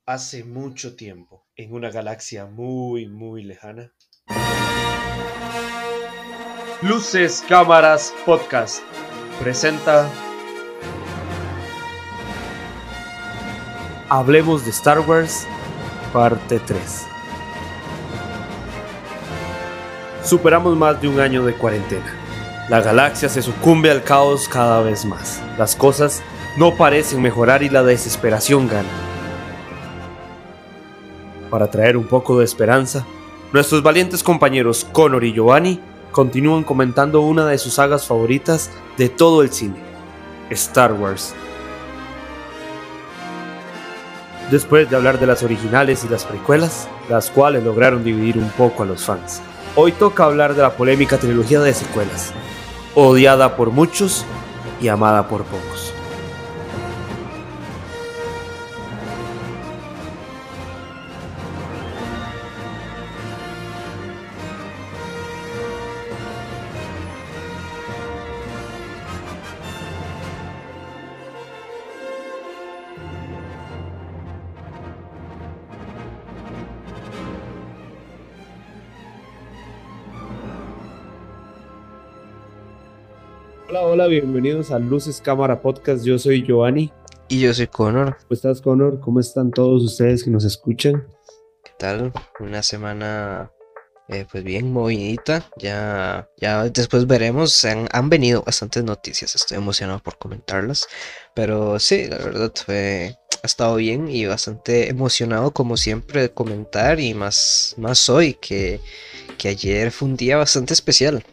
Hace mucho tiempo, en una galaxia muy, muy lejana. Luces, Cámaras, Podcast presenta Hablemos de Star Wars, parte 3. Superamos más de un año de cuarentena. La galaxia se sucumbe al caos cada vez más. Las cosas no parecen mejorar y la desesperación gana. Para traer un poco de esperanza, nuestros valientes compañeros Connor y Giovanni continúan comentando una de sus sagas favoritas de todo el cine, Star Wars. Después de hablar de las originales y las precuelas, las cuales lograron dividir un poco a los fans, hoy toca hablar de la polémica trilogía de secuelas, odiada por muchos y amada por pocos. Hola, bienvenidos a Luces Cámara Podcast. Yo soy Giovanni. Y yo soy Connor. ¿Cómo estás, Connor? ¿Cómo están todos ustedes que nos escuchan? ¿Qué tal? Una semana pues bien movidita. Ya después veremos. Han venido bastantes noticias. Estoy emocionado por comentarlas. Pero sí, la verdad ha estado bien y bastante emocionado como siempre de comentar. Y más hoy que ayer fue un día bastante especial.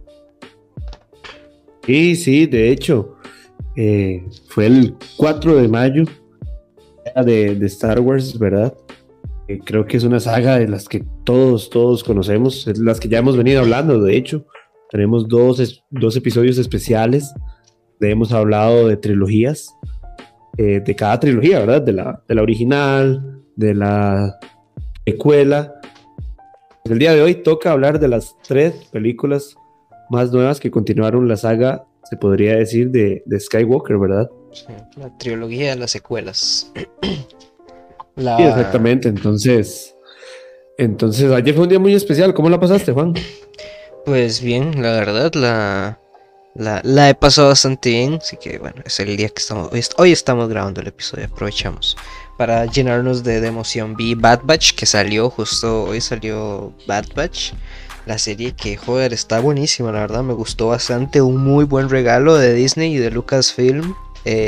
Sí, de hecho, fue el 4 de mayo de Star Wars, ¿verdad? Creo que es una saga de las que todos conocemos, es las que ya hemos venido hablando, de hecho. Tenemos dos episodios especiales, hemos hablado de trilogías, de cada trilogía, ¿verdad? De la original, de la secuela. El día de hoy toca hablar de las 3 películas más nuevas que continuaron la saga, se podría decir, de Skywalker, ¿verdad? Sí, la trilogía de las secuelas. Sí, exactamente. Entonces ayer fue un día muy especial. ¿Cómo la pasaste, Juan? Pues bien, la verdad, la he pasado bastante bien, así que bueno, es el día que hoy estamos grabando el episodio, aprovechamos para llenarnos de emoción. Vi Bad Batch, que hoy salió Bad Batch, la serie que, joder, está buenísima, la verdad, me gustó bastante, un muy buen regalo de Disney y de Lucasfilm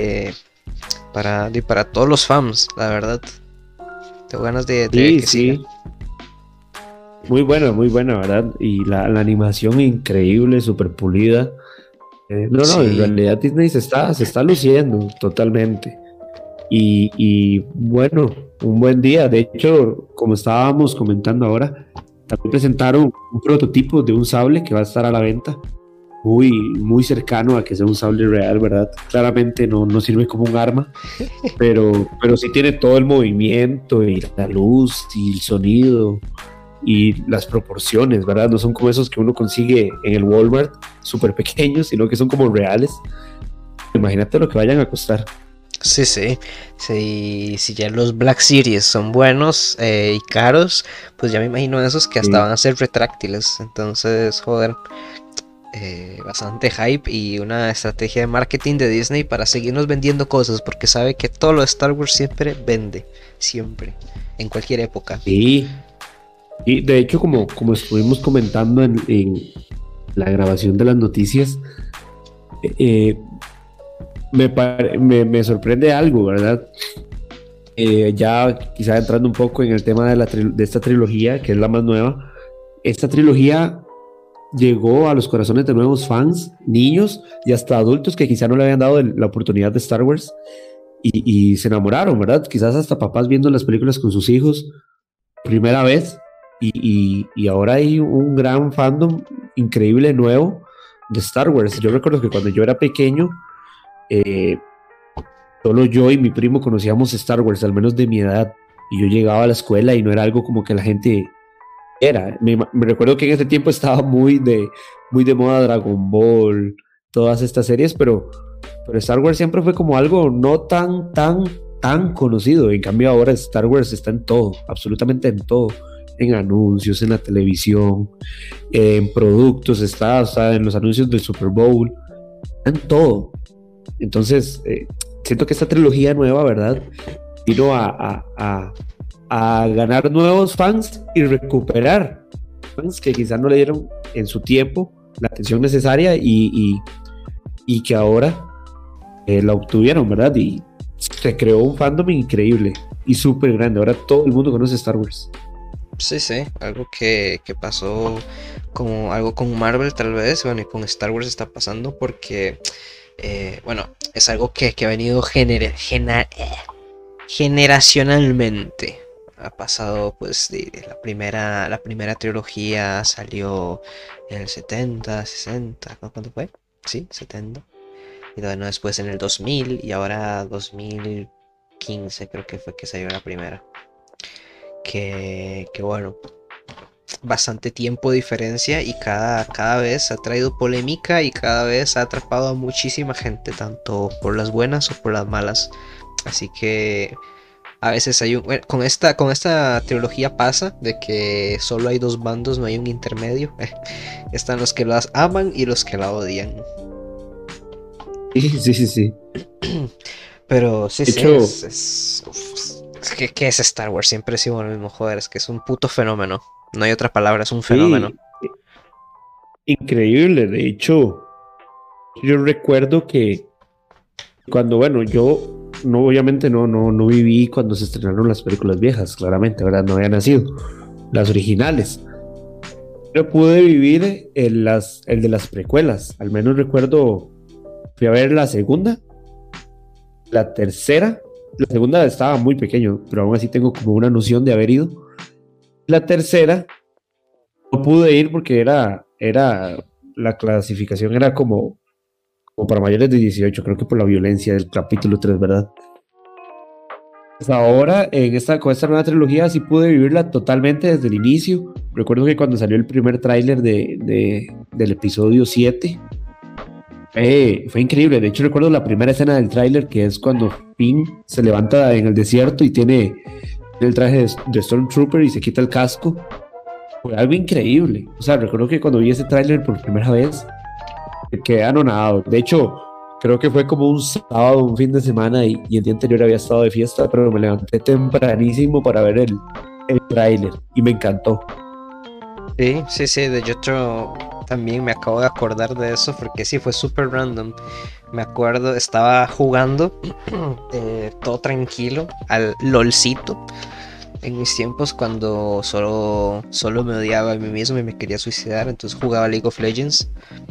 para todos los fans, la verdad. Tengo ganas de que siga. Muy buena, ¿verdad? Y la animación increíble, súper pulida. No, Sí. En realidad Disney se está luciendo totalmente. Y bueno, un buen día. De hecho, como estábamos comentando ahora, también presentaron un prototipo de un sable que va a estar a la venta. Muy cercano a que sea un sable real, ¿verdad? Claramente no sirve como un arma, pero sí tiene todo el movimiento y la luz y el sonido y las proporciones, ¿verdad? No son como esos que uno consigue en el Walmart, súper pequeños, sino que son como reales. Imagínate lo que vayan a costar. Sí. Si ya los Black Series son buenos y caros, pues ya me imagino esos que hasta van a ser retráctiles. Entonces, joder, bastante hype y una estrategia de marketing de Disney para seguirnos vendiendo cosas, porque sabe que todo lo de Star Wars siempre vende, siempre, en cualquier época. Sí, y de hecho, como estuvimos comentando en la grabación de las noticias, me sorprende algo, ¿verdad? Ya quizá entrando un poco en el tema de esta trilogía, que es la más nueva. Esta trilogía llegó a los corazones de nuevos fans, niños y hasta adultos que quizá no le habían dado la oportunidad de Star Wars y se enamoraron, ¿verdad? Quizás hasta papás viendo las películas con sus hijos primera vez y ahora hay un gran fandom increíble nuevo de Star Wars. Yo recuerdo que cuando yo era pequeño, solo yo y mi primo conocíamos Star Wars, al menos de mi edad, y yo llegaba a la escuela y no era algo como que la gente era. Me recuerdo que en ese tiempo estaba muy de moda Dragon Ball, todas estas series, pero Star Wars siempre fue como algo no tan tan conocido. En cambio ahora Star Wars está en todo, absolutamente en todo, en anuncios, en la televisión, en productos, está, o sea, en los anuncios del Super Bowl, en todo. Entonces, siento que esta trilogía nueva, ¿verdad? Vino a ganar nuevos fans y recuperar fans que quizás no le dieron en su tiempo la atención necesaria y que ahora la obtuvieron, ¿verdad? Y se creó un fandom increíble y súper grande. Ahora todo el mundo conoce Star Wars. Sí, sí, algo que pasó como algo con Marvel tal vez, bueno, y con Star Wars está pasando porque, bueno, es algo que ha venido generacionalmente. Ha pasado pues de la primera trilogía salió en el 70 60, ¿cuánto fue? Sí, 70. Y bueno, después en el 2000 y ahora 2015 creo que fue que salió la primera. Que bueno, bastante tiempo de diferencia y cada vez ha traído polémica y cada vez ha atrapado a muchísima gente, tanto por las buenas o por las malas. Así que a veces hay un... bueno, con esta trilogía pasa de que solo hay dos bandos, no hay un intermedio. Están los que las aman y los que la odian. Sí, sí, sí, sí. Pero sí, De sí, hecho, ¿qué es Star Wars? Siempre he sido lo mismo, joder, es que es un puto fenómeno. No hay otra palabra, es un fenómeno. sí, increíble. De hecho, yo recuerdo que cuando, bueno, yo no, obviamente no viví cuando se estrenaron las películas viejas, claramente, ¿verdad? No había nacido, las originales. Pero pude vivir el de las precuelas. Al menos recuerdo, fui a ver la segunda, la tercera. La segunda estaba muy pequeño, pero aún así tengo como una noción de haber ido. La tercera no pude ir porque la clasificación era como para mayores de 18, creo que por la violencia del capítulo 3, ¿verdad? Pues ahora, con esta nueva trilogía, sí pude vivirla totalmente desde el inicio. Recuerdo que cuando salió el primer tráiler del episodio 7, fue increíble. De hecho, recuerdo la primera escena del tráiler, que es cuando Finn se levanta en el desierto y tiene el traje de Stormtrooper y se quita el casco. Fue algo increíble. O sea, recuerdo que cuando vi ese tráiler por primera vez, me quedé anonadado. De hecho, creo que fue como un sábado, un fin de semana y el día anterior había estado de fiesta, pero me levanté tempranísimo para ver el tráiler y me encantó. Sí, sí, sí, de hecho también me acabo de acordar de eso porque sí, fue súper random. Me acuerdo, estaba jugando todo tranquilo al LOLcito en mis tiempos cuando solo me odiaba a mí mismo y me quería suicidar, entonces jugaba League of Legends.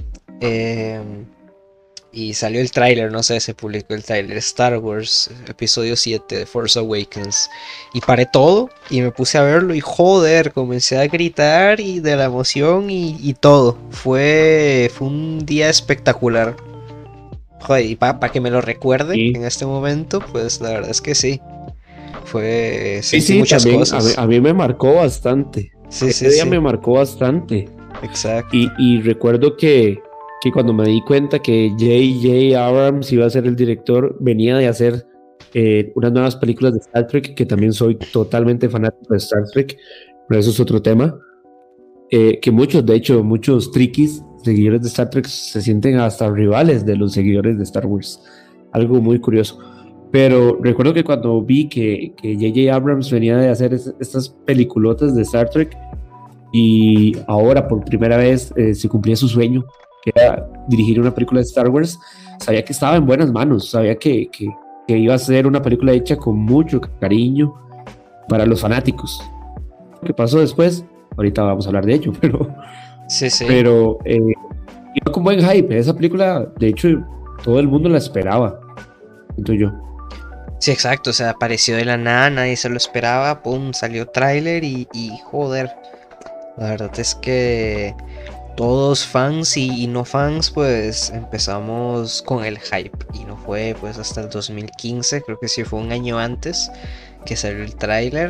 Y salió el tráiler, no sé, se publicó el tráiler Star Wars episodio 7 de Force Awakens y paré todo y me puse a verlo y joder, comencé a gritar y de la emoción y todo. Fue un día espectacular. Joder, y para que me lo recuerde Y en este momento, pues la verdad es que sí. sí, Sentí sí, muchas también cosas. a mí me marcó bastante. Sí, Ese sí, día sí. me marcó bastante. Exacto. Y recuerdo que cuando me di cuenta que J.J. Abrams iba a ser el director, venía de hacer unas nuevas películas de Star Trek, que también soy totalmente fanático de Star Trek, pero eso es otro tema. Que muchos, de hecho, muchos triquis, seguidores de Star Trek, se sienten hasta rivales de los seguidores de Star Wars. Algo muy curioso. Pero recuerdo que cuando vi que J.J. Abrams venía de hacer estas peliculotas de Star Trek, y ahora por primera vez se cumplía su sueño, que era dirigir una película de Star Wars. Sabía que estaba en buenas manos, sabía que iba a ser una película hecha con mucho cariño para los fanáticos. ¿Qué pasó después? Ahorita vamos a hablar de ello, Sí, sí. pero iba con buen hype. Esa película, de hecho, todo el mundo la esperaba, siento yo. Sí, exacto, o sea, apareció de la nada, nadie se lo esperaba, pum, salió tráiler y joder. La verdad es que todos fans y no fans pues empezamos con el hype y no fue pues hasta el 2015, creo que sí fue un año antes que salió el tráiler,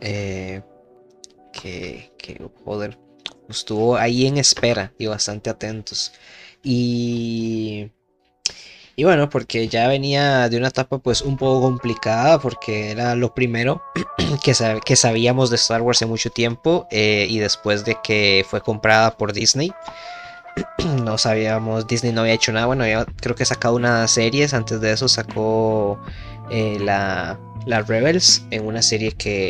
joder, estuvo ahí en espera y bastante atentos. Y Y bueno, porque ya venía de una etapa pues un poco complicada, porque era lo primero que sabíamos de Star Wars hace mucho tiempo, y después de que fue comprada por Disney, no sabíamos, Disney no había hecho nada, bueno, creo que sacado unas series, antes de eso sacó la Rebels, en una serie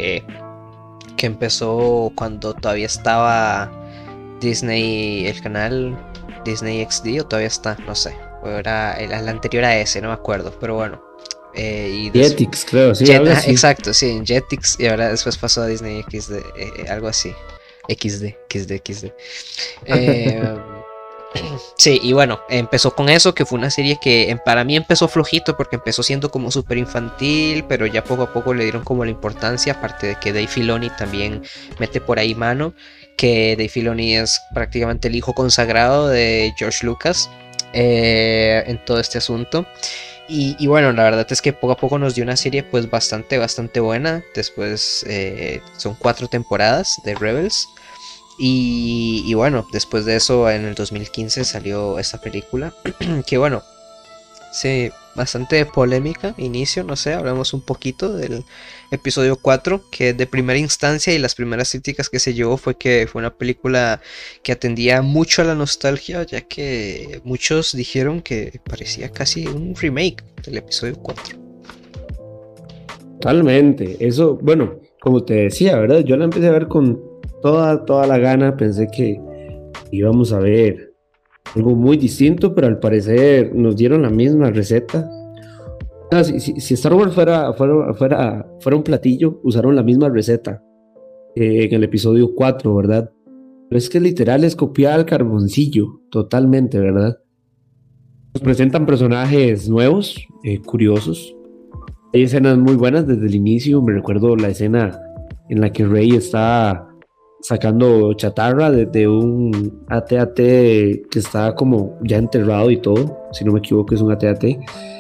que empezó cuando todavía estaba Disney, el canal Disney XD, o todavía está, no sé, o era el anterior a ese, no me acuerdo, pero bueno. Jetix, creo, sí, algo así. Exacto, sí, en Jetix, y ahora después pasó a Disney XD, algo así. XD. Eh, sí, y bueno, empezó con eso, que fue una serie que para mí empezó flojito porque empezó siendo como súper infantil, pero ya poco a poco le dieron como la importancia, aparte de que Dave Filoni también mete por ahí mano, que Dave Filoni es prácticamente el hijo consagrado de George Lucas, en todo este asunto. Y bueno, la verdad es que poco a poco nos dio una serie pues bastante buena. Después son 4 temporadas de Rebels. Y bueno, después de eso en el 2015 salió esta película. Que bueno, sí, bastante polémica, inicio, no sé, hablamos un poquito del episodio 4 que de primera instancia y las primeras críticas que se llevó fue que fue una película que atendía mucho a la nostalgia, ya que muchos dijeron que parecía casi un remake del episodio 4. Totalmente. Eso, bueno, como te decía, ¿verdad? Yo la empecé a ver con toda la gana. Pensé que íbamos a ver algo muy distinto, pero al parecer nos dieron la misma receta. Si Star Wars fuera un platillo, usaron la misma receta en el episodio 4, ¿verdad? Pero es que literal es copiar al carboncillo, totalmente, ¿verdad? Nos presentan personajes nuevos, curiosos. Hay escenas muy buenas desde el inicio. Me recuerdo la escena en la que Rey está sacando chatarra de un AT-AT que está como ya enterrado y todo. Si no me equivoco, es un AT-AT.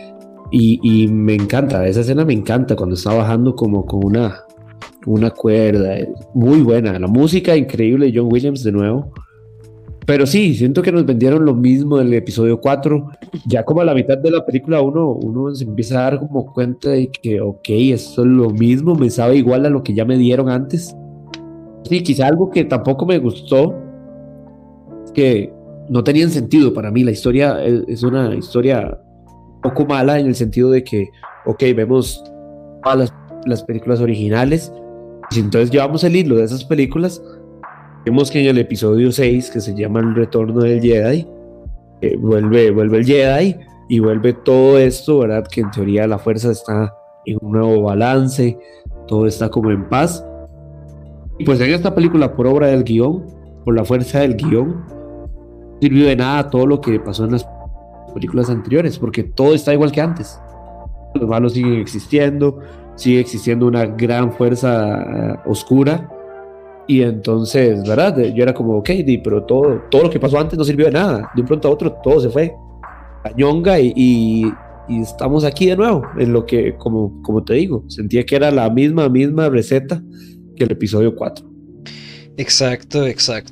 Y me encanta, esa escena me encanta cuando está bajando como con una cuerda. Muy buena. La música increíble, John Williams de nuevo. Pero sí, siento que nos vendieron lo mismo del episodio 4. Ya como a la mitad de la película uno se empieza a dar como cuenta de que, ok, esto es lo mismo, me sabe igual a lo que ya me dieron antes. Sí, quizá algo que tampoco me gustó, es que no tenían sentido para mí. La historia es una historia un poco mala en el sentido de que, ok, vemos todas las películas originales, y entonces llevamos el hilo de esas películas. Vemos que en el episodio 6, que se llama El Retorno del Jedi, vuelve el Jedi y vuelve todo esto, ¿verdad? Que en teoría la fuerza está en un nuevo balance, todo está como en paz. Y pues en esta película, por obra del guión, por la fuerza del guión, no sirvió de nada todo lo que pasó en las películas anteriores, porque todo está igual que antes. Los malos siguen existiendo, sigue existiendo una gran fuerza oscura. Y entonces, ¿verdad? Yo era como, ok, pero todo lo que pasó antes no sirvió de nada. De un pronto a otro todo se fue a ñonga y estamos aquí de nuevo. En lo que, como te digo, sentía que era la misma receta que el episodio 4. Exacto.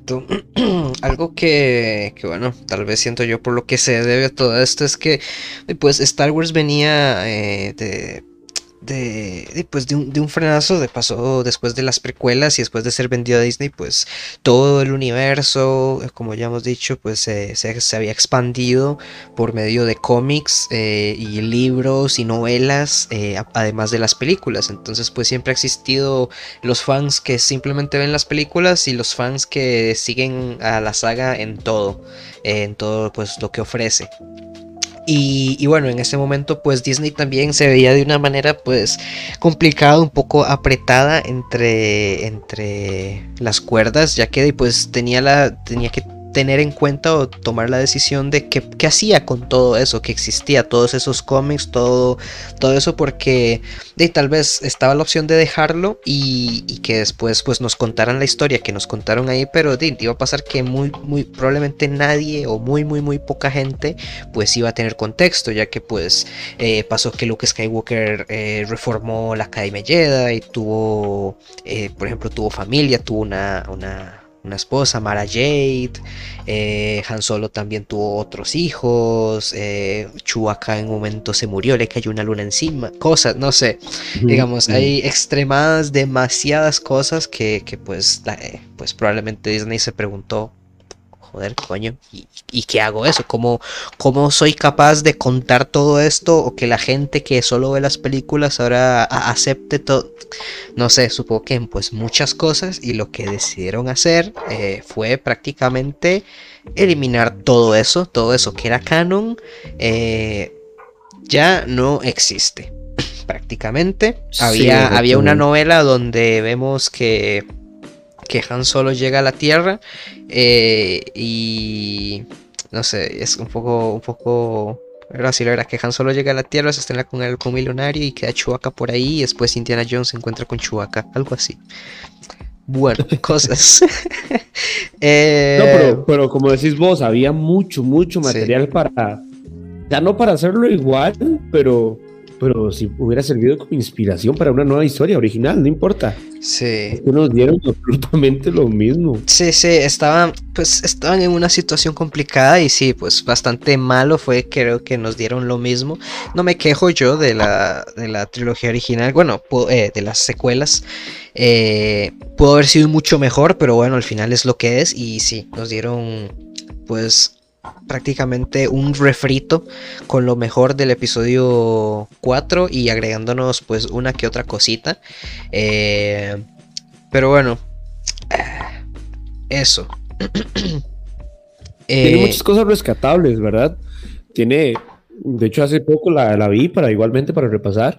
Algo que, bueno, tal vez siento yo por lo que se debe a todo esto es que pues Star Wars venía de un frenazo de pasó después de las precuelas y después de ser vendido a Disney, pues todo el universo, como ya hemos dicho, pues se había expandido por medio de cómics, y libros y novelas, además de las películas. Entonces pues siempre ha existido los fans que simplemente ven las películas y los fans que siguen a la saga en todo pues lo que ofrece. Y bueno, en ese momento pues Disney también se veía de una manera pues complicada, un poco apretada entre las cuerdas, ya que pues tenía que tener en cuenta o tomar la decisión de qué hacía con todo eso que existía, todos esos cómics, todo eso, porque tal vez estaba la opción de dejarlo y que después pues nos contaran la historia que nos contaron ahí, pero iba a pasar que muy probablemente nadie o muy poca gente pues iba a tener contexto, ya que pues pasó que Luke Skywalker reformó la Academia Jedi y tuvo, por ejemplo, tuvo familia, tuvo una una esposa, Mara Jade. Han Solo también tuvo otros hijos. Chewbacca en un momento se murió, le cayó una luna encima. Cosas, no sé. Digamos, hay extremadas, demasiadas cosas que pues, pues probablemente Disney se preguntó. Joder, coño, ¿y qué hago eso? ¿Cómo soy capaz de contar todo esto? O que la gente que solo ve las películas ahora acepte todo. No sé, supongo que pues muchas cosas. Y lo que decidieron hacer fue prácticamente eliminar todo eso que era canon. Ya no existe. Prácticamente. Sí, Había una exactamente. novela donde vemos que Han Solo llega a la Tierra y no sé, es un poco así la verdad, que Han Solo llega a la Tierra, se estrena con el halcón milenario y queda Chewbacca por ahí y después Indiana Jones se encuentra con Chewbacca, algo así. Bueno, cosas. No, eh, pero como decís vos, había mucho sí, material para, ya no para hacerlo igual, pero si hubiera servido como inspiración para una nueva historia original, no importa. Es sí. que nos dieron absolutamente lo mismo. Sí, estaban en una situación complicada y sí, pues bastante malo fue, creo que nos dieron lo mismo. No me quejo yo de la trilogía original, bueno, de las secuelas. Pudo haber sido mucho mejor, pero bueno, al final es lo que es y sí, nos dieron pues prácticamente un refrito con lo mejor del episodio 4 y agregándonos pues una que otra cosita. Pero bueno, eso. Tiene Eh, muchas cosas rescatables, ¿verdad? Tiene, de hecho, hace poco la vi para igualmente para repasar.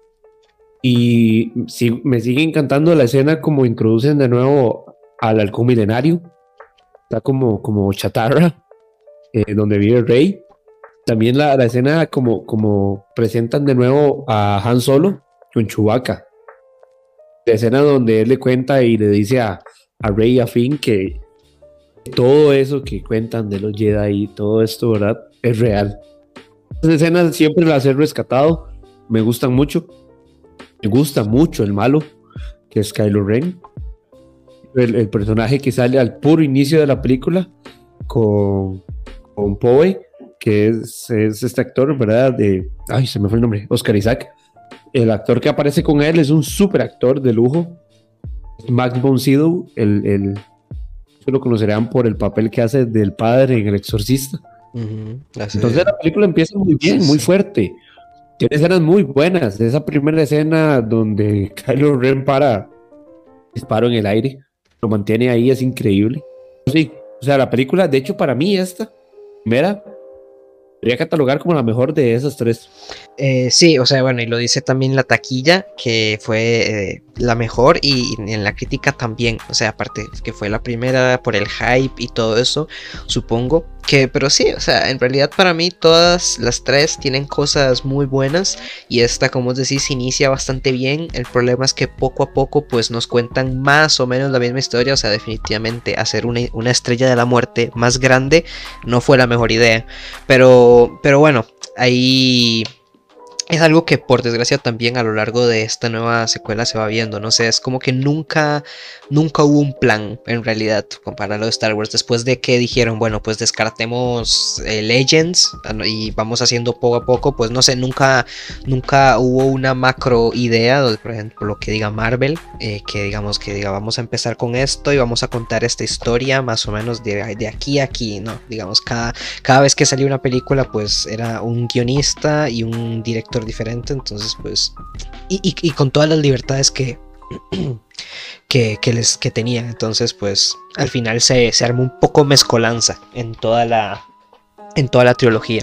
Y sí, me sigue encantando la escena como introducen de nuevo al halcón milenario. Está como chatarra, donde vive Rey. También la escena como presentan de nuevo a Han Solo con Chewbacca. La escena donde él le cuenta y le dice a Rey y a Finn que todo eso que cuentan de los Jedi y todo esto, ¿verdad? Es real. Esas escenas siempre las he rescatado. Me gustan mucho. Me gusta mucho el malo, que es Kylo Ren. El personaje que sale al puro inicio de la película con Poe, que es este actor, ¿verdad? Ay, se me fue el nombre, Oscar Isaac. El actor que aparece con él es un super actor de lujo. Max von Sydow, se lo conocerán por el papel que hace del padre en El Exorcista. Entonces la película empieza muy sí, bien, muy sí. fuerte. Tiene escenas muy buenas. Esa primera escena donde Kylo Ren disparo en el aire, lo mantiene ahí, es increíble. Sí, o sea, la película, de hecho, para mí esta primera podría catalogar como la mejor de esas tres. Sí, o sea, bueno, y lo dice también la taquilla, que fue la mejor, y en la crítica también, o sea, aparte que fue la primera por el hype y todo eso, supongo que, pero sí, o sea, en realidad para mí todas las tres tienen cosas muy buenas, y esta, como os decís, inicia bastante bien. El problema es que poco a poco, pues nos cuentan más o menos la misma historia, o sea, definitivamente hacer una estrella de la muerte más grande no fue la mejor idea, pero bueno, ahí es algo que por desgracia también a lo largo de esta nueva secuela se va viendo, no sé, es como que nunca hubo un plan en realidad comparado a Star Wars, después de que dijeron, bueno, pues descartemos Legends y vamos haciendo poco a poco, pues no sé, nunca hubo una macro idea, por ejemplo, lo que diga Marvel, que diga, vamos a empezar con esto y vamos a contar esta historia más o menos de aquí a aquí, ¿no? Digamos, cada vez que salía una película, pues era un guionista y un director diferente, entonces pues y con todas las libertades que tenía, entonces pues al final se armó un poco mezcolanza en toda la trilogía.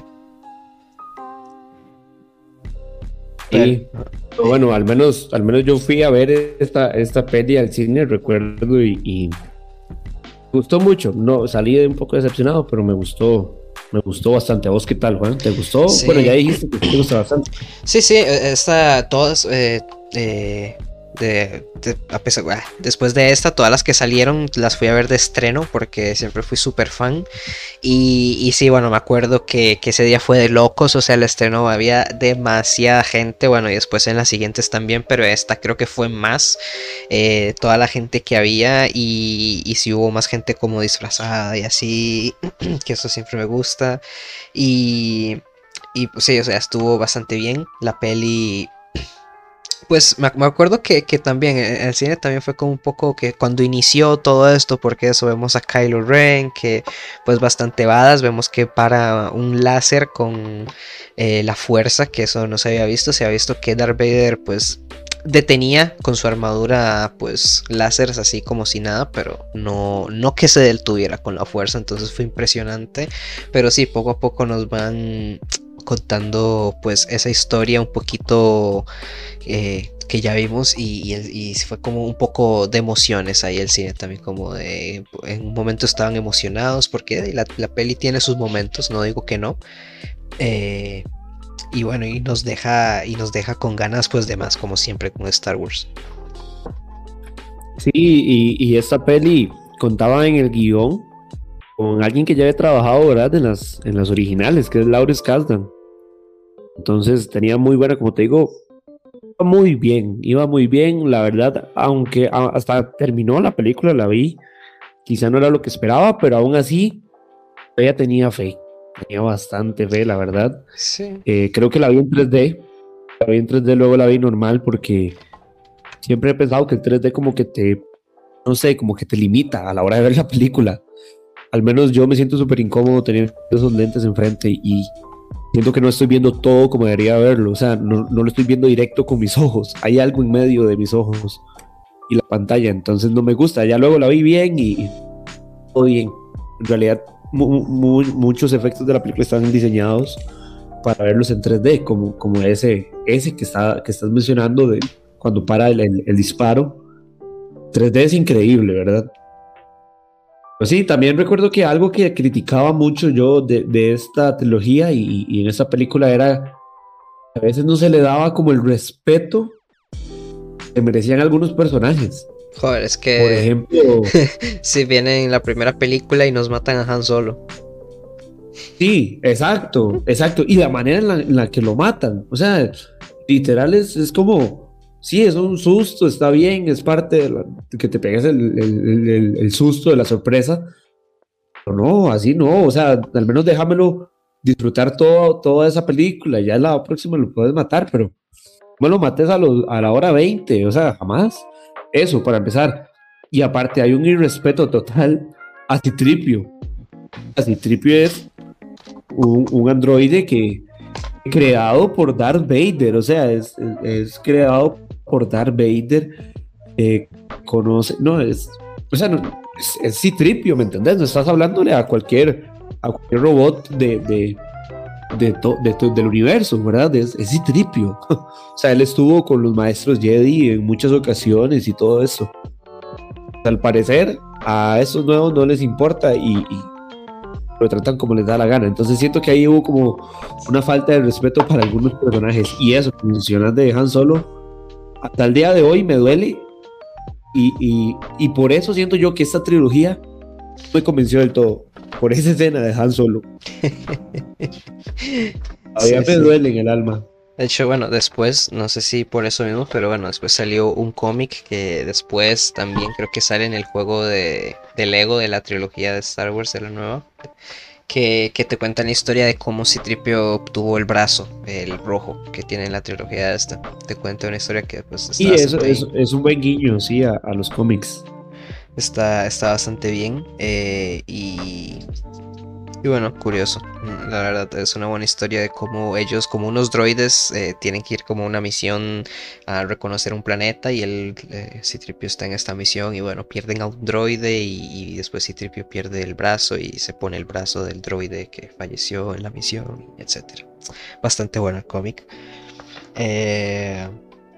Pero, Y bueno, al menos yo fui a ver esta peli al cine, recuerdo, y me gustó mucho. No, salí un poco decepcionado, pero me gustó bastante. ¿A vos qué tal, Juan? ¿Te gustó? Bueno, ya sí, dijiste que te gusta bastante. sí, todas Después de esta, todas las que salieron las fui a ver de estreno porque siempre fui súper fan. Y sí, bueno, me acuerdo que ese día fue de locos, o sea, el estreno había demasiada gente, bueno, y después en las siguientes también, pero esta creo que fue más, toda la gente que había y sí hubo más gente como disfrazada y así, que eso siempre me gusta. Y, y pues sí, o sea, estuvo bastante bien la peli. Pues me acuerdo que también el cine también fue como un poco que cuando inició todo esto, porque eso vemos a Kylo Ren, que pues bastante badass, vemos que para un láser con la fuerza, que eso no se había visto que Darth Vader pues detenía con su armadura pues láseres así como si nada, pero no que se detuviera con la fuerza, entonces fue impresionante, pero sí, poco a poco nos van contando pues esa historia un poquito que ya vimos y fue como un poco de emociones ahí el cine también como de en un momento estaban emocionados porque la peli tiene sus momentos, no digo que no, eh, y bueno y nos deja con ganas pues de más como siempre con Star Wars. Sí, y esta peli contaba en el guión con alguien que ya había trabajado, ¿verdad? En las originales, que es Lawrence Kasdan. Entonces tenía muy buena, como te digo, iba muy bien, la verdad, aunque hasta terminó la película, la vi, quizá no era lo que esperaba, pero aún así, ella tenía bastante fe, la verdad. Sí. Creo que la vi en 3D, luego la vi normal, porque siempre he pensado que el 3D como que no sé, como que te limita a la hora de ver la película. Al menos yo me siento súper incómodo teniendo esos lentes enfrente y siento que no estoy viendo todo como debería verlo, o sea, no lo estoy viendo directo con mis ojos, hay algo en medio de mis ojos y la pantalla, entonces no me gusta, ya luego la vi bien y todo bien. En realidad, muchos efectos de la película están diseñados para verlos en 3D, como ese que estás mencionando de cuando para el disparo. 3D es increíble, ¿verdad? Pues sí, también recuerdo que algo que criticaba mucho yo de esta trilogía y en esta película era que a veces no se le daba como el respeto que merecían algunos personajes. Joder, es Por que ejemplo, si vienen en la primera película y nos matan a Han Solo. sí, exacto, exacto. Y la manera en la que lo matan, o sea, literal es como, sí, es un susto, está bien, es parte de que te pegues el susto de la sorpresa. Pero no, así no, o sea, al menos déjamelo disfrutar toda esa película, ya en la próxima lo puedes matar, pero no lo mates a la hora 20, o sea, jamás. Eso, para empezar. Y aparte hay un irrespeto total a Citripio. A Citripio es un androide que creado por Darth Vader, o sea, es creado por Darth Vader, conoce, no, o sea, es Citripio, ¿me entendés? No estás hablándole a cualquier robot del universo, ¿verdad? Es Citripio. O sea, él estuvo con los maestros Jedi en muchas ocasiones y todo eso. Al parecer, a estos nuevos no les importa y lo tratan como les da la gana. Entonces siento que ahí hubo como una falta de respeto para algunos personajes. Y eso que mencionas de Han Solo, hasta el día de hoy me duele. Y por eso siento yo que esta trilogía no me convenció del todo. Por esa escena de Han Solo. Todavía Sí, me sí. duele en el alma. De hecho, bueno, después, no sé si por eso mismo, pero bueno, después salió un cómic que después también creo que sale en el juego de Lego de la trilogía de Star Wars de la nueva, que te cuenta la historia de cómo Citripio obtuvo el brazo, el rojo que tiene en la trilogía esta. Te cuenta una historia que pues está Y eso, bastante bien. eso es un buen guiño, sí, a los cómics. Está bastante bien. Y bueno, curioso. La verdad es una buena historia de cómo ellos, como unos droides, tienen que ir como a una misión a reconocer un planeta y el Citripio está en esta misión y bueno, pierden a un droide y después Citripio pierde el brazo y se pone el brazo del droide que falleció en la misión, etcétera. Bastante bueno el cómic. Eh,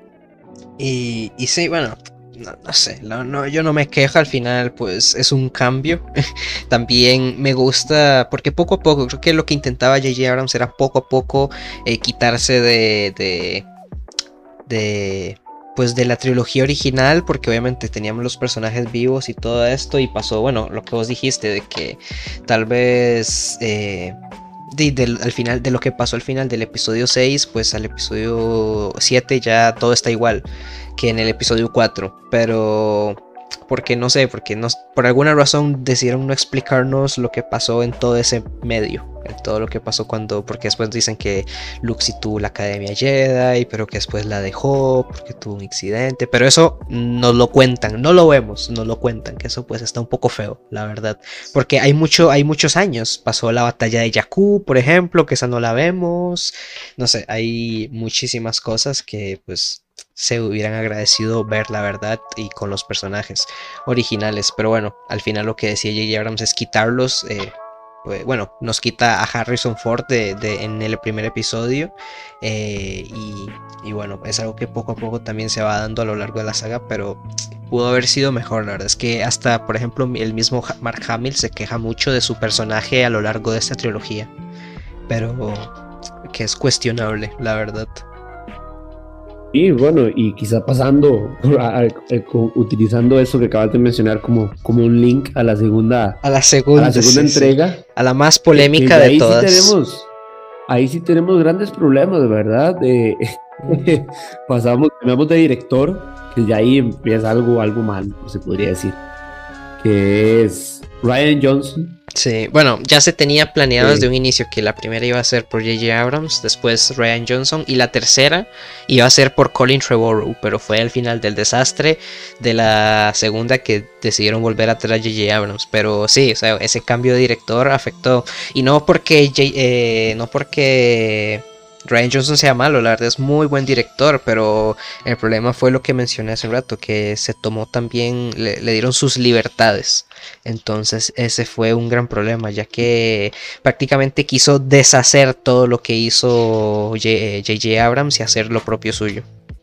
y sí, bueno, no sé, yo no me quejo al final, pues es un cambio. También me gusta, porque poco a poco, creo que lo que intentaba J.J. Abrams era poco a poco quitarse de pues de la trilogía original, porque obviamente teníamos los personajes vivos y todo esto, y pasó, bueno, lo que vos dijiste, de que tal vez al final, de lo que pasó al final del episodio 6, pues al episodio 7 ya todo está igual que en el episodio 4, pero porque no sé, por alguna razón decidieron no explicarnos lo que pasó en todo ese medio, en todo lo que pasó porque después dicen que Luke sí tuvo la Academia Jedi, pero que después la dejó porque tuvo un accidente, pero eso nos lo cuentan, no lo vemos, nos lo cuentan, que eso pues está un poco feo, la verdad, porque hay muchos años, pasó la batalla de Jakku, por ejemplo, que esa no la vemos, no sé, hay muchísimas cosas que pues se hubieran agradecido ver, la verdad, y con los personajes originales, pero bueno, al final lo que decía J.J. Abrams es quitarlos, bueno, nos quita a Harrison Ford en el primer episodio, y bueno, es algo que poco a poco también se va dando a lo largo de la saga, pero pudo haber sido mejor, la verdad es que hasta, por ejemplo, el mismo Mark Hamill se queja mucho de su personaje a lo largo de esta trilogía, pero que es cuestionable, la verdad. Y bueno, y quizá pasando, utilizando eso que acabas de mencionar como un link a la segunda sí, entrega. Sí. A la más polémica de todas. Ahí sí tenemos grandes problemas, ¿verdad? Cambiamos de director, que ya ahí empieza algo mal, se podría decir. Que es Rian Johnson. Sí, bueno, ya se tenía planeado desde un inicio que la primera iba a ser por J.J. Abrams, después Rian Johnson, y la tercera iba a ser por Colin Trevorrow, pero fue al final del desastre de la segunda que decidieron volver a traer a J.J. Abrams. Pero sí, o sea, ese cambio de director afectó, y no porque Rian Johnson sea malo, la verdad es muy buen director, pero el problema fue lo que mencioné hace un rato, que se tomó también, le dieron sus libertades. Entonces ese fue un gran problema, ya que prácticamente quiso deshacer todo lo que hizo J.J. Abrams y hacer lo propio suyo.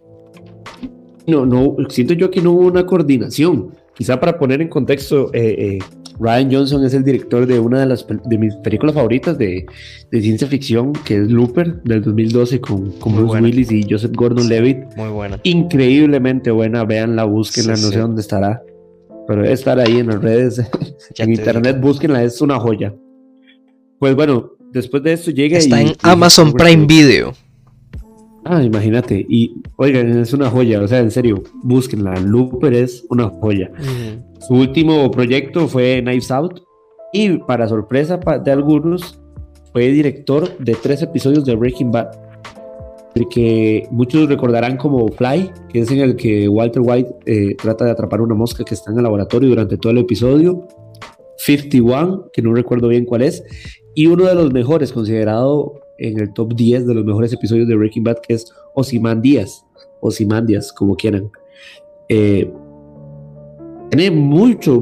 No, siento yo que no hubo una coordinación. Quizá para poner en contexto, Rian Johnson es el director de una de mis películas favoritas de ciencia ficción, que es Looper, del 2012, con Bruce Willis y Joseph Gordon-Levitt. Muy buena. Increíblemente buena, véanla, búsquenla, no sé dónde estará, pero debe estar ahí en las redes, en internet, búsquenla, es una joya. Pues bueno, después de esto llega está en Amazon Prime Video. Imagínate, y oigan, es una joya, o sea, en serio, búsquenla, Looper es una joya. Su último proyecto fue Knives Out, y para sorpresa de algunos, fue director de 3 episodios de Breaking Bad, el que muchos recordarán como Fly, que es en el que Walter White trata de atrapar una mosca que está en el laboratorio durante todo el episodio, 51, que no recuerdo bien cuál es, y uno de los mejores, considerado en el top 10 de los mejores episodios de Breaking Bad, que es Ozymandias, como quieran. Tiene mucho,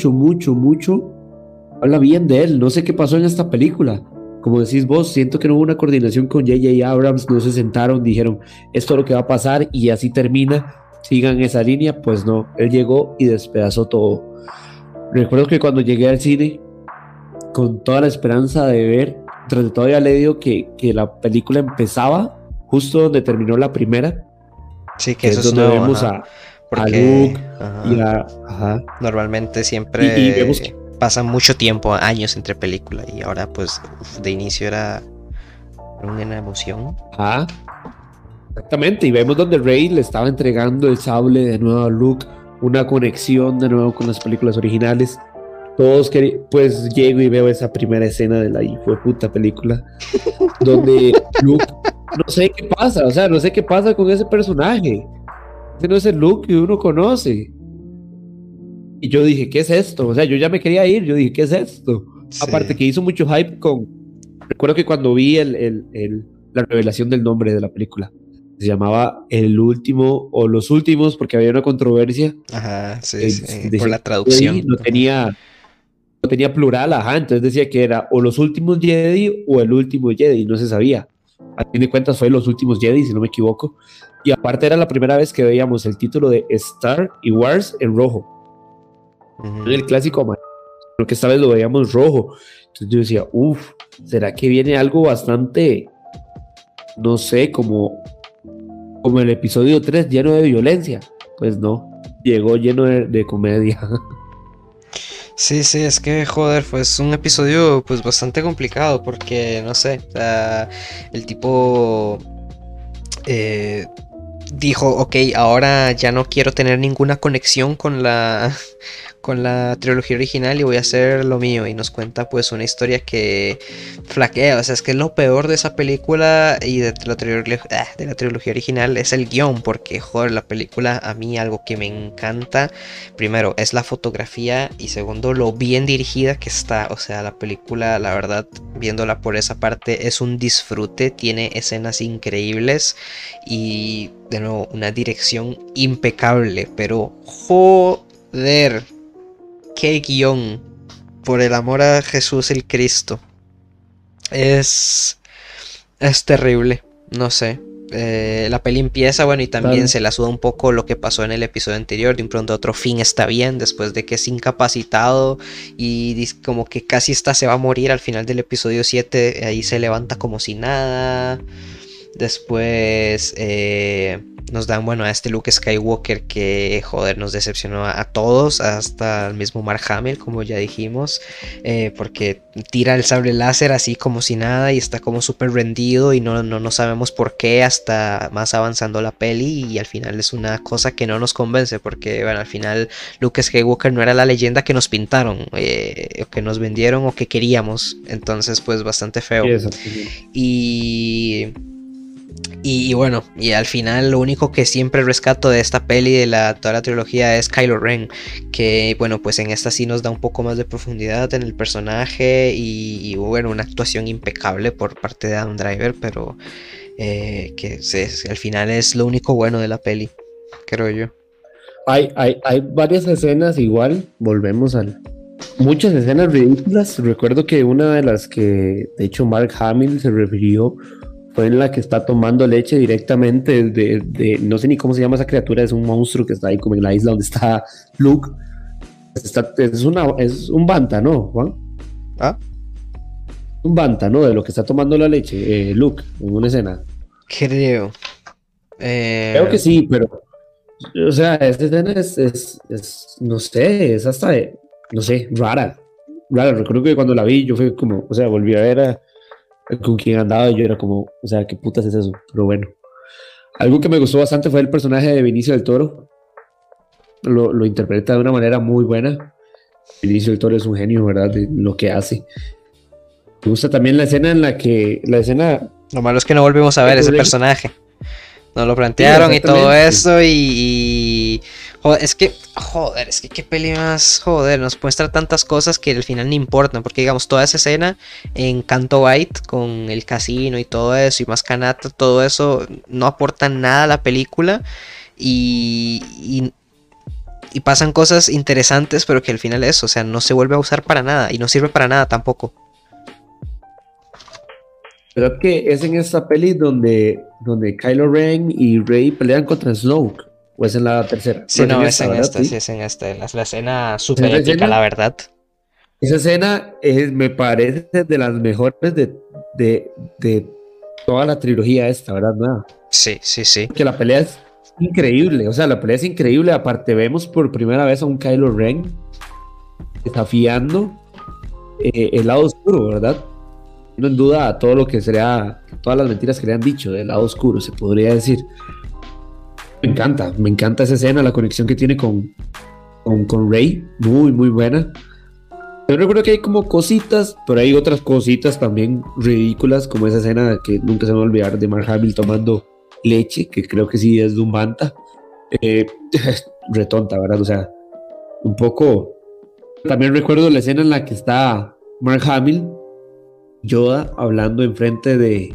habla bien de él. No sé qué pasó en esta película. Como decís vos, siento que no hubo una coordinación con J.J. Abrams, no se sentaron, dijeron, esto es lo que va a pasar y así termina, sigan esa línea. Pues no, él llegó y despedazó todo. Recuerdo que cuando llegué al cine, con toda la esperanza de ver, tras de todo había leído que la película empezaba justo donde terminó la primera. Sí, que eso es donde nuevo, vemos a Luke y normalmente siempre y vemos que pasa mucho tiempo, años entre películas, y ahora pues de inicio era una emoción. Exactamente, y vemos donde Rey le estaba entregando el sable de nuevo a Luke, una conexión de nuevo con las películas originales. Todos pues llego y veo esa primera escena de la hijueputa película donde Luke, no sé qué pasa, o sea, no sé qué pasa con ese personaje. Ese no es el Luke que uno conoce. Y yo dije, ¿qué es esto? O sea, yo ya me quería ir, yo dije, ¿qué es esto? Sí. Aparte que hizo mucho hype recuerdo que cuando vi la revelación del nombre de la película, se llamaba El Último o Los Últimos, porque había una controversia. Por la traducción. No tenía plural, entonces decía que era o Los Últimos Jedi o El Último Jedi, no se sabía. A fin de cuentas fue Los Últimos Jedi, si no me equivoco. Y aparte era la primera vez que veíamos el título de Star y Wars en rojo. El clásico amarillo, pero que esta vez lo veíamos rojo. Entonces yo decía, ¿será que viene algo bastante, no sé, como como el episodio 3 lleno de violencia. Pues no, llegó lleno de comedia. Sí, sí, es que joder, fue un episodio pues bastante complicado porque no sé, o sea, el tipo eh, dijo, ok, ahora ya no quiero tener ninguna conexión con con la trilogía original y voy a hacer lo mío. Y nos cuenta pues una historia que flaquea, o sea, es que lo peor de esa película y de la trilogía original es el guión, porque joder, la película a mí algo que me encanta, primero es la fotografía y segundo lo bien dirigida que está, o sea, la película, la verdad, viéndola por esa parte es un disfrute, tiene escenas increíbles y de nuevo una dirección impecable, pero joder, qué guión, por el amor a Jesús el Cristo. Es, es terrible, no sé. La peli empieza, bueno, y también Tal. se la suda un poco lo que pasó en el episodio anterior. De un pronto a otro, Finn está bien después de que es incapacitado y como que casi está se va a morir al final del episodio 7. Ahí se levanta como si nada. Después nos dan, bueno, a este Luke Skywalker que, joder, nos decepcionó a todos, hasta el mismo Mark Hamill, como ya dijimos, porque tira el sable láser así como si nada y está como súper rendido y no sabemos por qué hasta más avanzando la peli y al final es una cosa que no nos convence porque, bueno, al final Luke Skywalker no era la leyenda que nos pintaron, o que nos vendieron o que queríamos, entonces pues bastante feo. Sí, exactamente. Y... Y bueno, y al final lo único que siempre rescato de esta peli, de toda la trilogía, es Kylo Ren, que bueno, pues en esta sí nos da un poco más de profundidad en el personaje y bueno, una actuación impecable por parte de Adam Driver, pero al final es lo único bueno de la peli, creo yo. Hay varias escenas igual, volvemos al... Muchas escenas ridículas. Recuerdo que una de las que, de hecho, Mark Hamill se refirió fue en la que está tomando leche directamente no sé ni cómo se llama esa criatura, es un monstruo que está ahí como en la isla donde está Luke. Es un banta, ¿no, Juan? Ah, Un banta, ¿no? De lo que está tomando la leche, Luke, en una escena. creo. Creo que Eh, sí, pero, o sea, esta escena no sé, es hasta, no sé, rara. Rara, recuerdo que cuando la vi, yo fui como, o sea, volví a ver con quien andaba y yo era como, o sea, ¿qué putas es eso? Pero bueno. Algo que me gustó bastante fue el personaje de Benicio del Toro. Lo interpreta de una manera muy buena. Benicio del Toro es un genio, ¿verdad? De lo que hace. Me gusta también la escena en la que, la escena... lo malo es que no volvimos a ver ese personaje. Nos lo Sí, plantearon y todo exactamente. eso joder, es que qué peli más, joder, nos muestra tantas cosas que al final no importan, porque digamos, toda esa escena en Canto Bight con el casino y todo eso, y más Kanata, todo eso, no aporta nada a la película, y, y, y pasan cosas interesantes, pero que al final es, o sea, no se vuelve a usar para nada, y no sirve para nada tampoco. ¿Verdad que es en esta peli donde Kylo Ren y Rey pelean contra Snoke? ¿O es en la tercera? No, Sí, es en no, es esta, en ¿verdad? esta, sí, Sí. es en esta, la escena súper Esa épica, la escena, verdad. esa escena me parece de las mejores de toda la trilogía esta, ¿verdad? Nada. Sí, sí, sí. Que la pelea es increíble, o sea, la pelea es increíble. Aparte, vemos por primera vez a un Kylo Ren desafiando el lado oscuro, ¿verdad? No en duda a todo lo que sería, todas las mentiras que le han dicho del lado oscuro, se podría decir. Me encanta esa escena, la conexión que tiene con Rey, muy, muy buena. Yo recuerdo que hay como cositas, pero hay otras cositas también ridículas, como esa escena que nunca se me va a olvidar de Mark Hamill tomando leche, que creo que sí es de un Banta. Eh, retonta, ¿verdad? O sea, un poco. También recuerdo la escena en la que está Mark Hamill, Yoda, hablando enfrente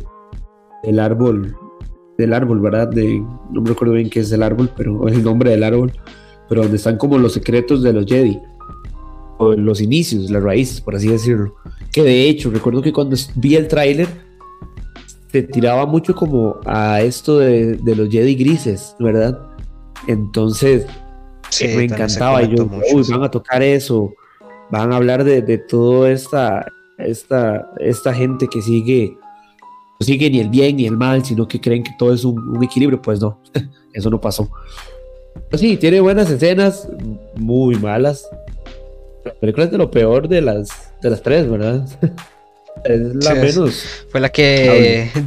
del árbol, ¿verdad? No me recuerdo bien qué es el árbol, pero es el nombre del árbol, pero donde están como los secretos de los Jedi, o los inicios, las raíces, por así decirlo. Que de hecho, recuerdo que cuando vi el tráiler, se tiraba mucho como a esto de los Jedi grises, ¿verdad? Entonces, Sí, me también se encantaba y yo, comentó mucho, uy, sí. van a tocar eso, van a hablar de toda esta gente que sigue no sigue ni el bien ni el mal, sino que creen que todo es un equilibrio. Pues no, eso no pasó. Pero sí, tiene buenas escenas, muy malas. La película es de lo peor de las tres, ¿verdad? Es Sí, la menos fue la hable. que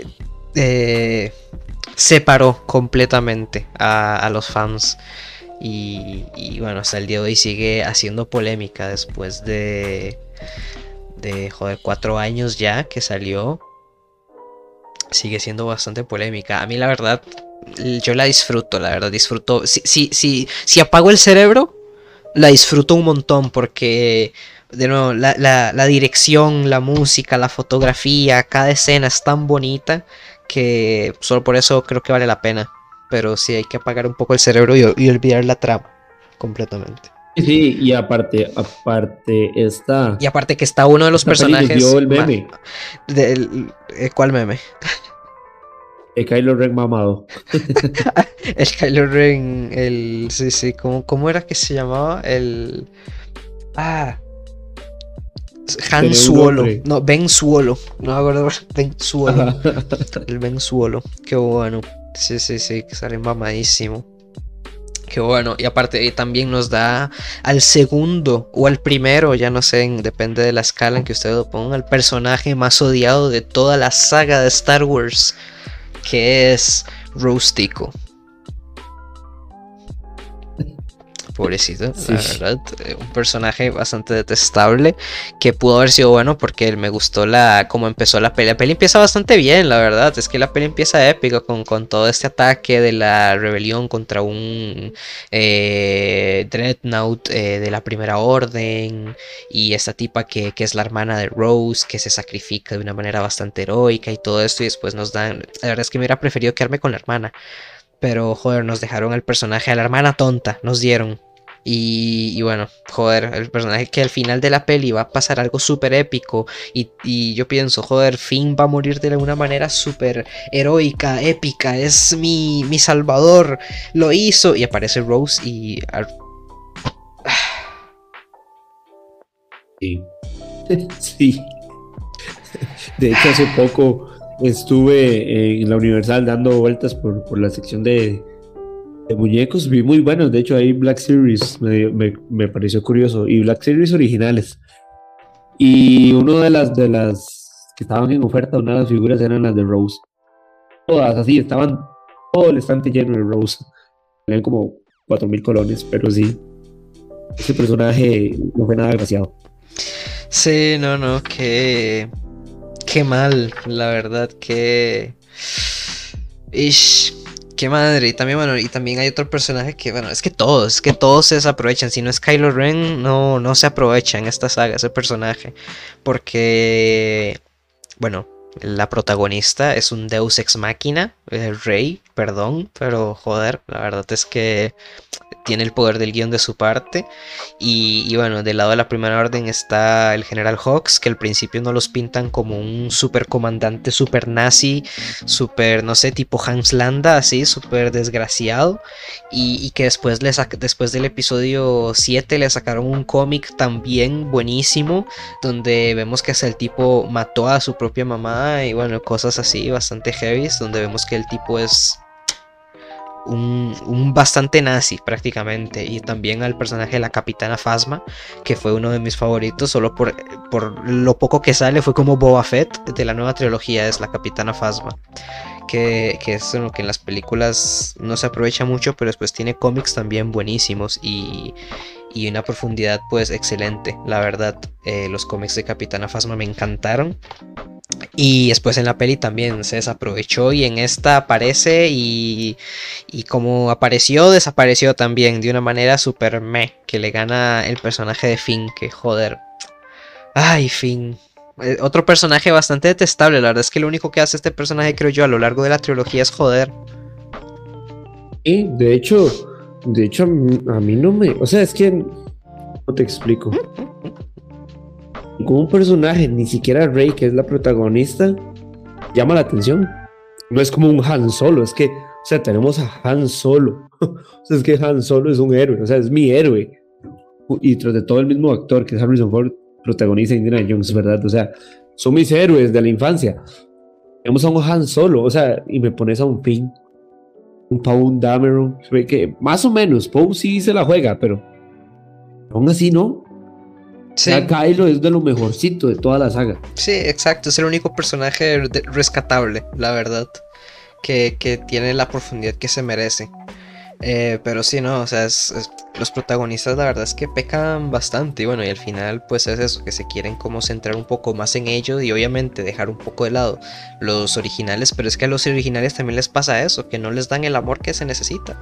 separó completamente a los fans. Y bueno, hasta el día de hoy sigue haciendo polémica después joder, 4 años ya que salió. Sigue siendo bastante polémica. A mí la verdad, yo la disfruto, la verdad, disfruto. Si apago el cerebro, la disfruto un montón porque, de nuevo, la dirección, la música, la fotografía, cada escena es tan bonita que solo por eso creo que vale la pena. Pero sí hay que apagar un poco el cerebro y olvidar la trama completamente. Sí, y aparte Y aparte que está uno de los esta peli nos dio personajes el más... meme ¿Cuál meme? de Kylo Ren mamado. El Kylo Ren, el... Sí, sí, ¿cómo era que se llamaba? Ah, Han Tenía un Solo. nombre. No, Ben Solo. No me acuerdo. Ben Solo. Ajá. El Ben Solo. Qué bueno. Sí, sí, sí, que sale mamadísimo. Qué bueno. Y aparte también nos da al segundo o al primero, ya no sé, depende de la escala en que usted lo ponga, el personaje más odiado de toda la saga de Star Wars, que es Rose Tico. Pobrecito, la Sí. verdad, un personaje bastante detestable que pudo haber sido bueno porque me gustó cómo empezó la peli. La peli empieza bastante bien, la verdad, es que la peli empieza épica con todo este ataque de la rebelión contra un Dreadnought de la Primera Orden y esta tipa que es la hermana de Rose, que se sacrifica de una manera bastante heroica y todo esto y después nos dan... La verdad es que me hubiera preferido quedarme con la hermana. Pero, joder, nos dejaron al personaje, a la hermana tonta, nos dieron. Y bueno, joder, el personaje que al final de la peli va a pasar algo súper épico. Y yo pienso, joder, Finn va a morir de una manera súper heroica, épica. Es mi salvador, lo hizo. Y aparece Rose y... Sí. Sí. De hecho, hace poco estuve en la Universal dando vueltas por la sección de muñecos. Vi muy buenos. De hecho, ahí Black Series me pareció curioso. Y Black Series originales. Y una de las que estaban en oferta, una de las figuras eran las de Rose. Todas así, estaban todo el estante lleno de Rose. Tenían como 4.000 colones, pero sí, ese personaje no fue nada graciado. Sí, no, no, qué mal, la verdad, Ish, qué madre. Y también, bueno, y también hay otro personaje que, bueno, es que todos se desaprovechan. Si no es Kylo Ren, no se aprovecha en esta saga ese personaje. Porque, bueno, la protagonista es un Deus Ex Machina, Rey, perdón, pero joder, la verdad es que tiene el poder del guión de su parte. Y bueno, del lado de la Primera Orden está el General Hux, que al principio no los pintan como un super comandante, super nazi, super, no sé, tipo Hans Landa, así, super desgraciado. Y que después del episodio 7 le sacaron un cómic también buenísimo, donde vemos que hasta el tipo mató a su propia mamá y bueno, cosas así, bastante heavy, donde vemos que el tipo es un bastante nazi prácticamente. Y también al personaje de la Capitana Phasma, que fue uno de mis favoritos, solo por lo poco que sale, fue como Boba Fett de la nueva trilogía, es la Capitana Phasma. Que es lo que en las películas no se aprovecha mucho, pero después tiene cómics también buenísimos y una profundidad pues excelente, la verdad. Los cómics de Capitana Phasma me encantaron. Y después en la peli también se desaprovechó y en esta aparece y como apareció, desapareció también de una manera super meh, que le gana el personaje de Finn, que joder. Ay, Finn. Otro personaje bastante detestable, la verdad es que lo único que hace este personaje, creo yo, a lo largo de la trilogía es joder. Y de hecho a mí no me, o sea, es que no te explico. Como un personaje, ni siquiera Rey, que es la protagonista, llama la atención. No es como un Han Solo, es que, o sea, tenemos a Han Solo. O sea, es que Han Solo es un héroe, o sea, es mi héroe. Y tras de todo el mismo actor, que es Harrison Ford, protagoniza Indiana Jones, ¿verdad? O sea, son mis héroes de la infancia. Tenemos a un Han Solo, o sea, y me pones a un Finn, un Poe Dameron, que más o menos, Poe sí se la juega, pero aún así no. Sí. O sea, Kylo es de lo mejorcito de toda la saga. Sí, exacto, es el único personaje rescatable, la verdad, que tiene la profundidad que se merece. Pero sí, no, o sea, los protagonistas la verdad es que pecan bastante y bueno, y al final pues es eso, que se quieren como centrar un poco más en ello y obviamente dejar un poco de lado los originales, pero es que a los originales también les pasa eso, que no les dan el amor que se necesita.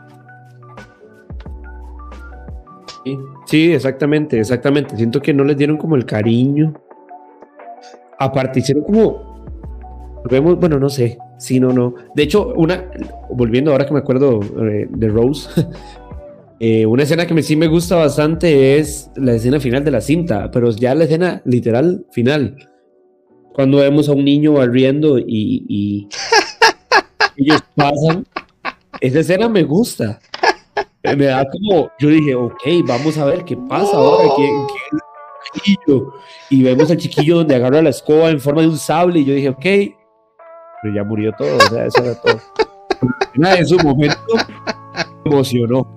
Sí, exactamente. Siento que no les dieron como el cariño. Aparte, hicieron como, vemos, bueno, no sé, sí, no. De hecho, volviendo ahora que me acuerdo de Rose, una escena que sí me gusta bastante es la escena final de la cinta, pero ya la escena literal final, cuando vemos a un niño barriendo y ellos pasan, esa escena me gusta. Me da como, yo dije, ok, vamos a ver qué pasa ahora, ¿quién es el chiquillo? Y vemos al chiquillo donde agarra la escoba en forma de un sable y yo dije, ok, pero ya murió todo, o sea, eso era todo. En su momento me emocionó.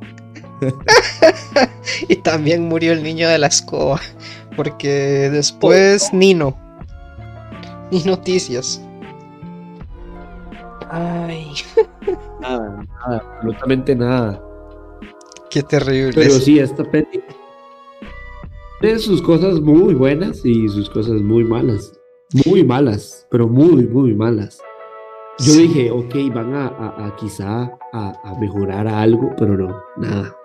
Y también murió el niño de la escoba, porque después ni noticias. Ay. Nada, absolutamente nada. Qué terrible. Pero sí, esta peli tiene sus cosas muy buenas y sus cosas muy malas. Muy malas, pero muy malas. Yo dije, ok, van a quizá a mejorar algo, pero no, nada.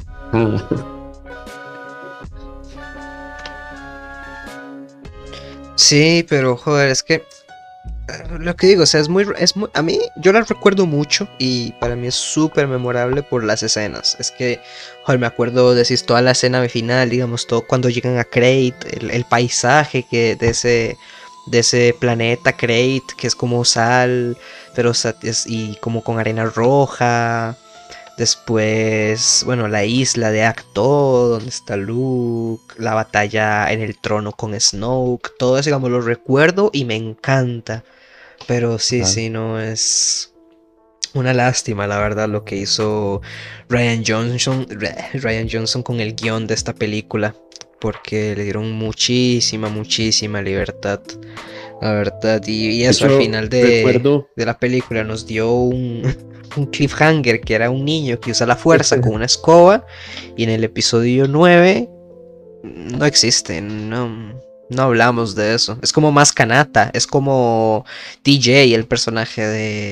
Sí, pero joder, es que lo que digo, o sea, es muy, a mí, yo la recuerdo mucho y para mí es súper memorable por las escenas. Es que, joder, me acuerdo de toda la escena final, digamos, todo cuando llegan a Crate, el paisaje de ese planeta Crate, que es como sal, pero y como con arena roja. Después, bueno, la isla de Acto, donde está Luke, la batalla en el trono con Snoke, todo eso, digamos, lo recuerdo y me encanta. Pero sí, no es una lástima, la verdad, lo que hizo Rian Johnson con el guión de esta película, porque le dieron muchísima libertad, la verdad, y eso al final de la película nos dio un cliffhanger, que era un niño que usa la fuerza con una escoba, y en el episodio 9 no existe, no hablamos de eso. Es como más Kanata, es como TJ, el personaje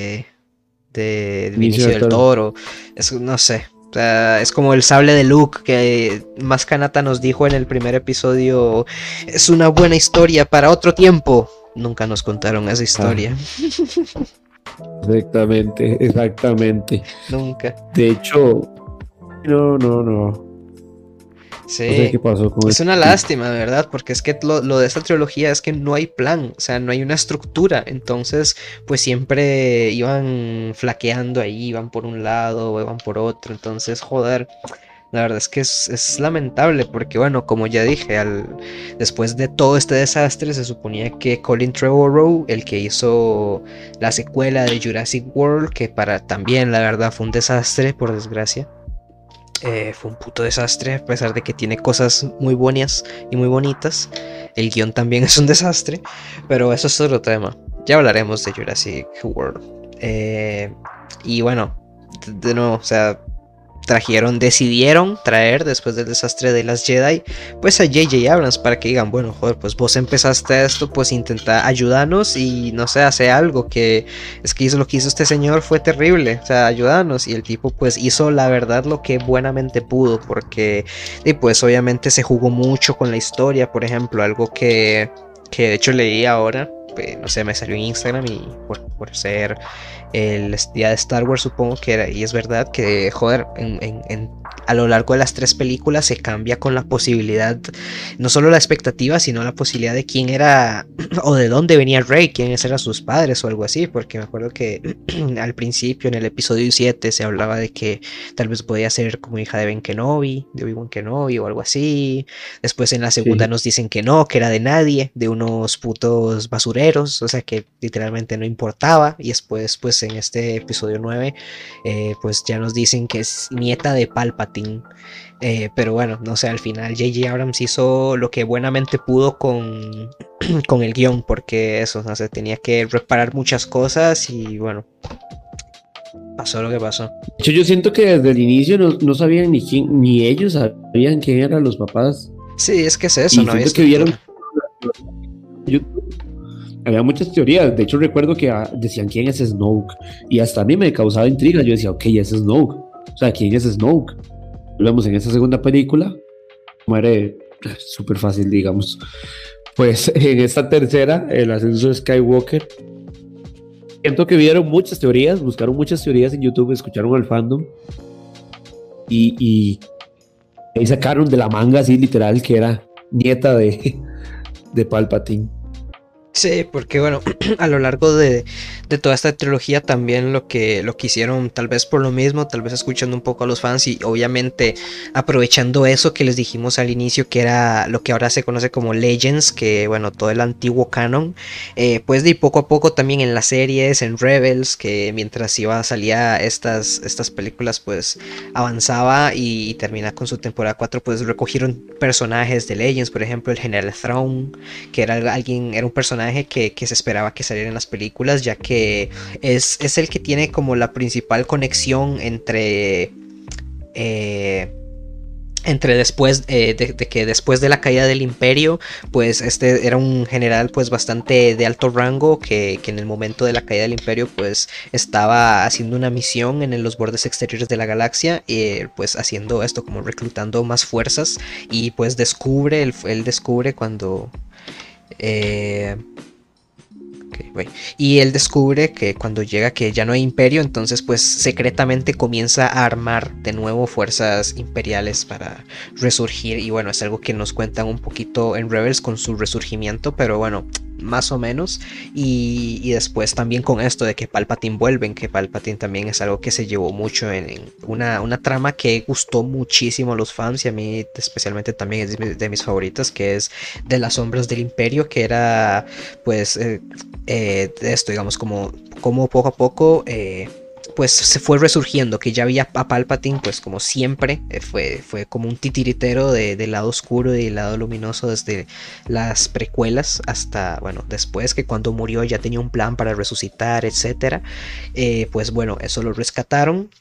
de Benicio del Toro. No sé, o sea, es como el sable de Luke, que más Kanata nos dijo en el primer episodio, es una buena historia para otro tiempo. Nunca nos contaron esa historia. Exactamente. Nunca. De hecho, no. Sí, no sé qué pasó con es una lástima, de verdad, porque es que lo de esta trilogía es que no hay plan, o sea, no hay una estructura, entonces pues siempre iban flaqueando ahí, iban por un lado o iban por otro, entonces joder, la verdad es que es lamentable, porque bueno, como ya dije, después de todo este desastre se suponía que Colin Trevorrow, el que hizo la secuela de Jurassic World, que para también la verdad fue un desastre, por desgracia. Fue un puto desastre, a pesar de que tiene cosas muy buenas y muy bonitas. El guión también es un desastre, pero eso es otro tema. Ya hablaremos de Jurassic World. Y bueno, de nuevo, o sea, decidieron traer, después del desastre de las Jedi, pues a J.J. Abrams, para que digan, bueno, joder, pues vos empezaste esto, pues intenta ayudarnos y no sé, hace algo, que es que lo que hizo este señor fue terrible, o sea, ayudarnos, y el tipo pues hizo la verdad lo que buenamente pudo, porque y pues obviamente se jugó mucho con la historia, por ejemplo, algo que de hecho leí ahora, no sé, me salió en Instagram y por ser el día de Star Wars supongo que era, y es verdad que joder, en a lo largo de las 3 películas se cambia con la posibilidad, no solo la expectativa, sino la posibilidad de quién era o de dónde venía Rey, quiénes eran sus padres o algo así, porque me acuerdo que al principio en el episodio 7 se hablaba de que tal vez podía ser como hija de Ben Kenobi, de Obi-Wan Kenobi o algo así. Después en la segunda Sí. nos dicen que no, que era de nadie, de unos putos basureros, o sea que literalmente no importaba. Y después, pues en este episodio 9 pues ya nos dicen que es nieta de Palpatine. Pero bueno, no sé, al final J.J. Abrams hizo lo que buenamente pudo con el guión, porque eso, no sé, tenía que reparar muchas cosas y bueno, pasó lo que pasó. De hecho, yo siento que desde el inicio no sabían ni quién, ni ellos sabían quién eran los papás. Sí, es que es eso, Y no había siento que vieron estructura. YouTube, había muchas teorías. De hecho, recuerdo que decían quién es Snoke. Y hasta a mí me causaba intriga. Yo decía, ok, es Snoke. O sea, ¿quién es Snoke? Vemos en esa segunda película, muere súper fácil, digamos. Pues en esta tercera, el ascenso de Skywalker, siento que vieron muchas teorías, buscaron muchas teorías en YouTube, escucharon al fandom y ahí sacaron de la manga así literal que era nieta de Palpatine. Sí, porque bueno, a lo largo de toda esta trilogía también lo que hicieron, tal vez por lo mismo, tal vez escuchando un poco a los fans y obviamente aprovechando eso que les dijimos al inicio, que era lo que ahora se conoce como Legends, que bueno, todo el antiguo canon, pues de poco a poco también en las series, en Rebels, que mientras iba salía estas películas, pues avanzaba y termina con su temporada 4, pues recogieron personajes de Legends, por ejemplo el General Thrawn, que era alguien, era un personaje que se esperaba que saliera en las películas, ya que es el que tiene como la principal conexión eh, entre después de que después de la caída del imperio, pues este era un general pues bastante de alto rango que en el momento de la caída del imperio pues estaba haciendo una misión en los bordes exteriores de la galaxia, pues haciendo esto como reclutando más fuerzas y pues él descubre cuando eh, okay, y él descubre que cuando llega que ya no hay imperio, entonces pues secretamente comienza a armar de nuevo fuerzas imperiales para resurgir. Y bueno, es algo que nos cuentan un poquito en Rebels con su resurgimiento, pero bueno, más o menos. Y después también con esto de que Palpatine vuelven, que Palpatine también es algo que se llevó mucho en una trama que gustó muchísimo a los fans y a mí especialmente también es de mis favoritas, que es de las sombras del imperio, que era pues esto, digamos, como poco a poco pues se fue resurgiendo, que ya había a Palpatine, pues como siempre, fue como un titiritero del lado oscuro y del lado luminoso desde las precuelas hasta, bueno, después que cuando murió ya tenía un plan para resucitar, etcétera. Pues bueno, eso lo rescataron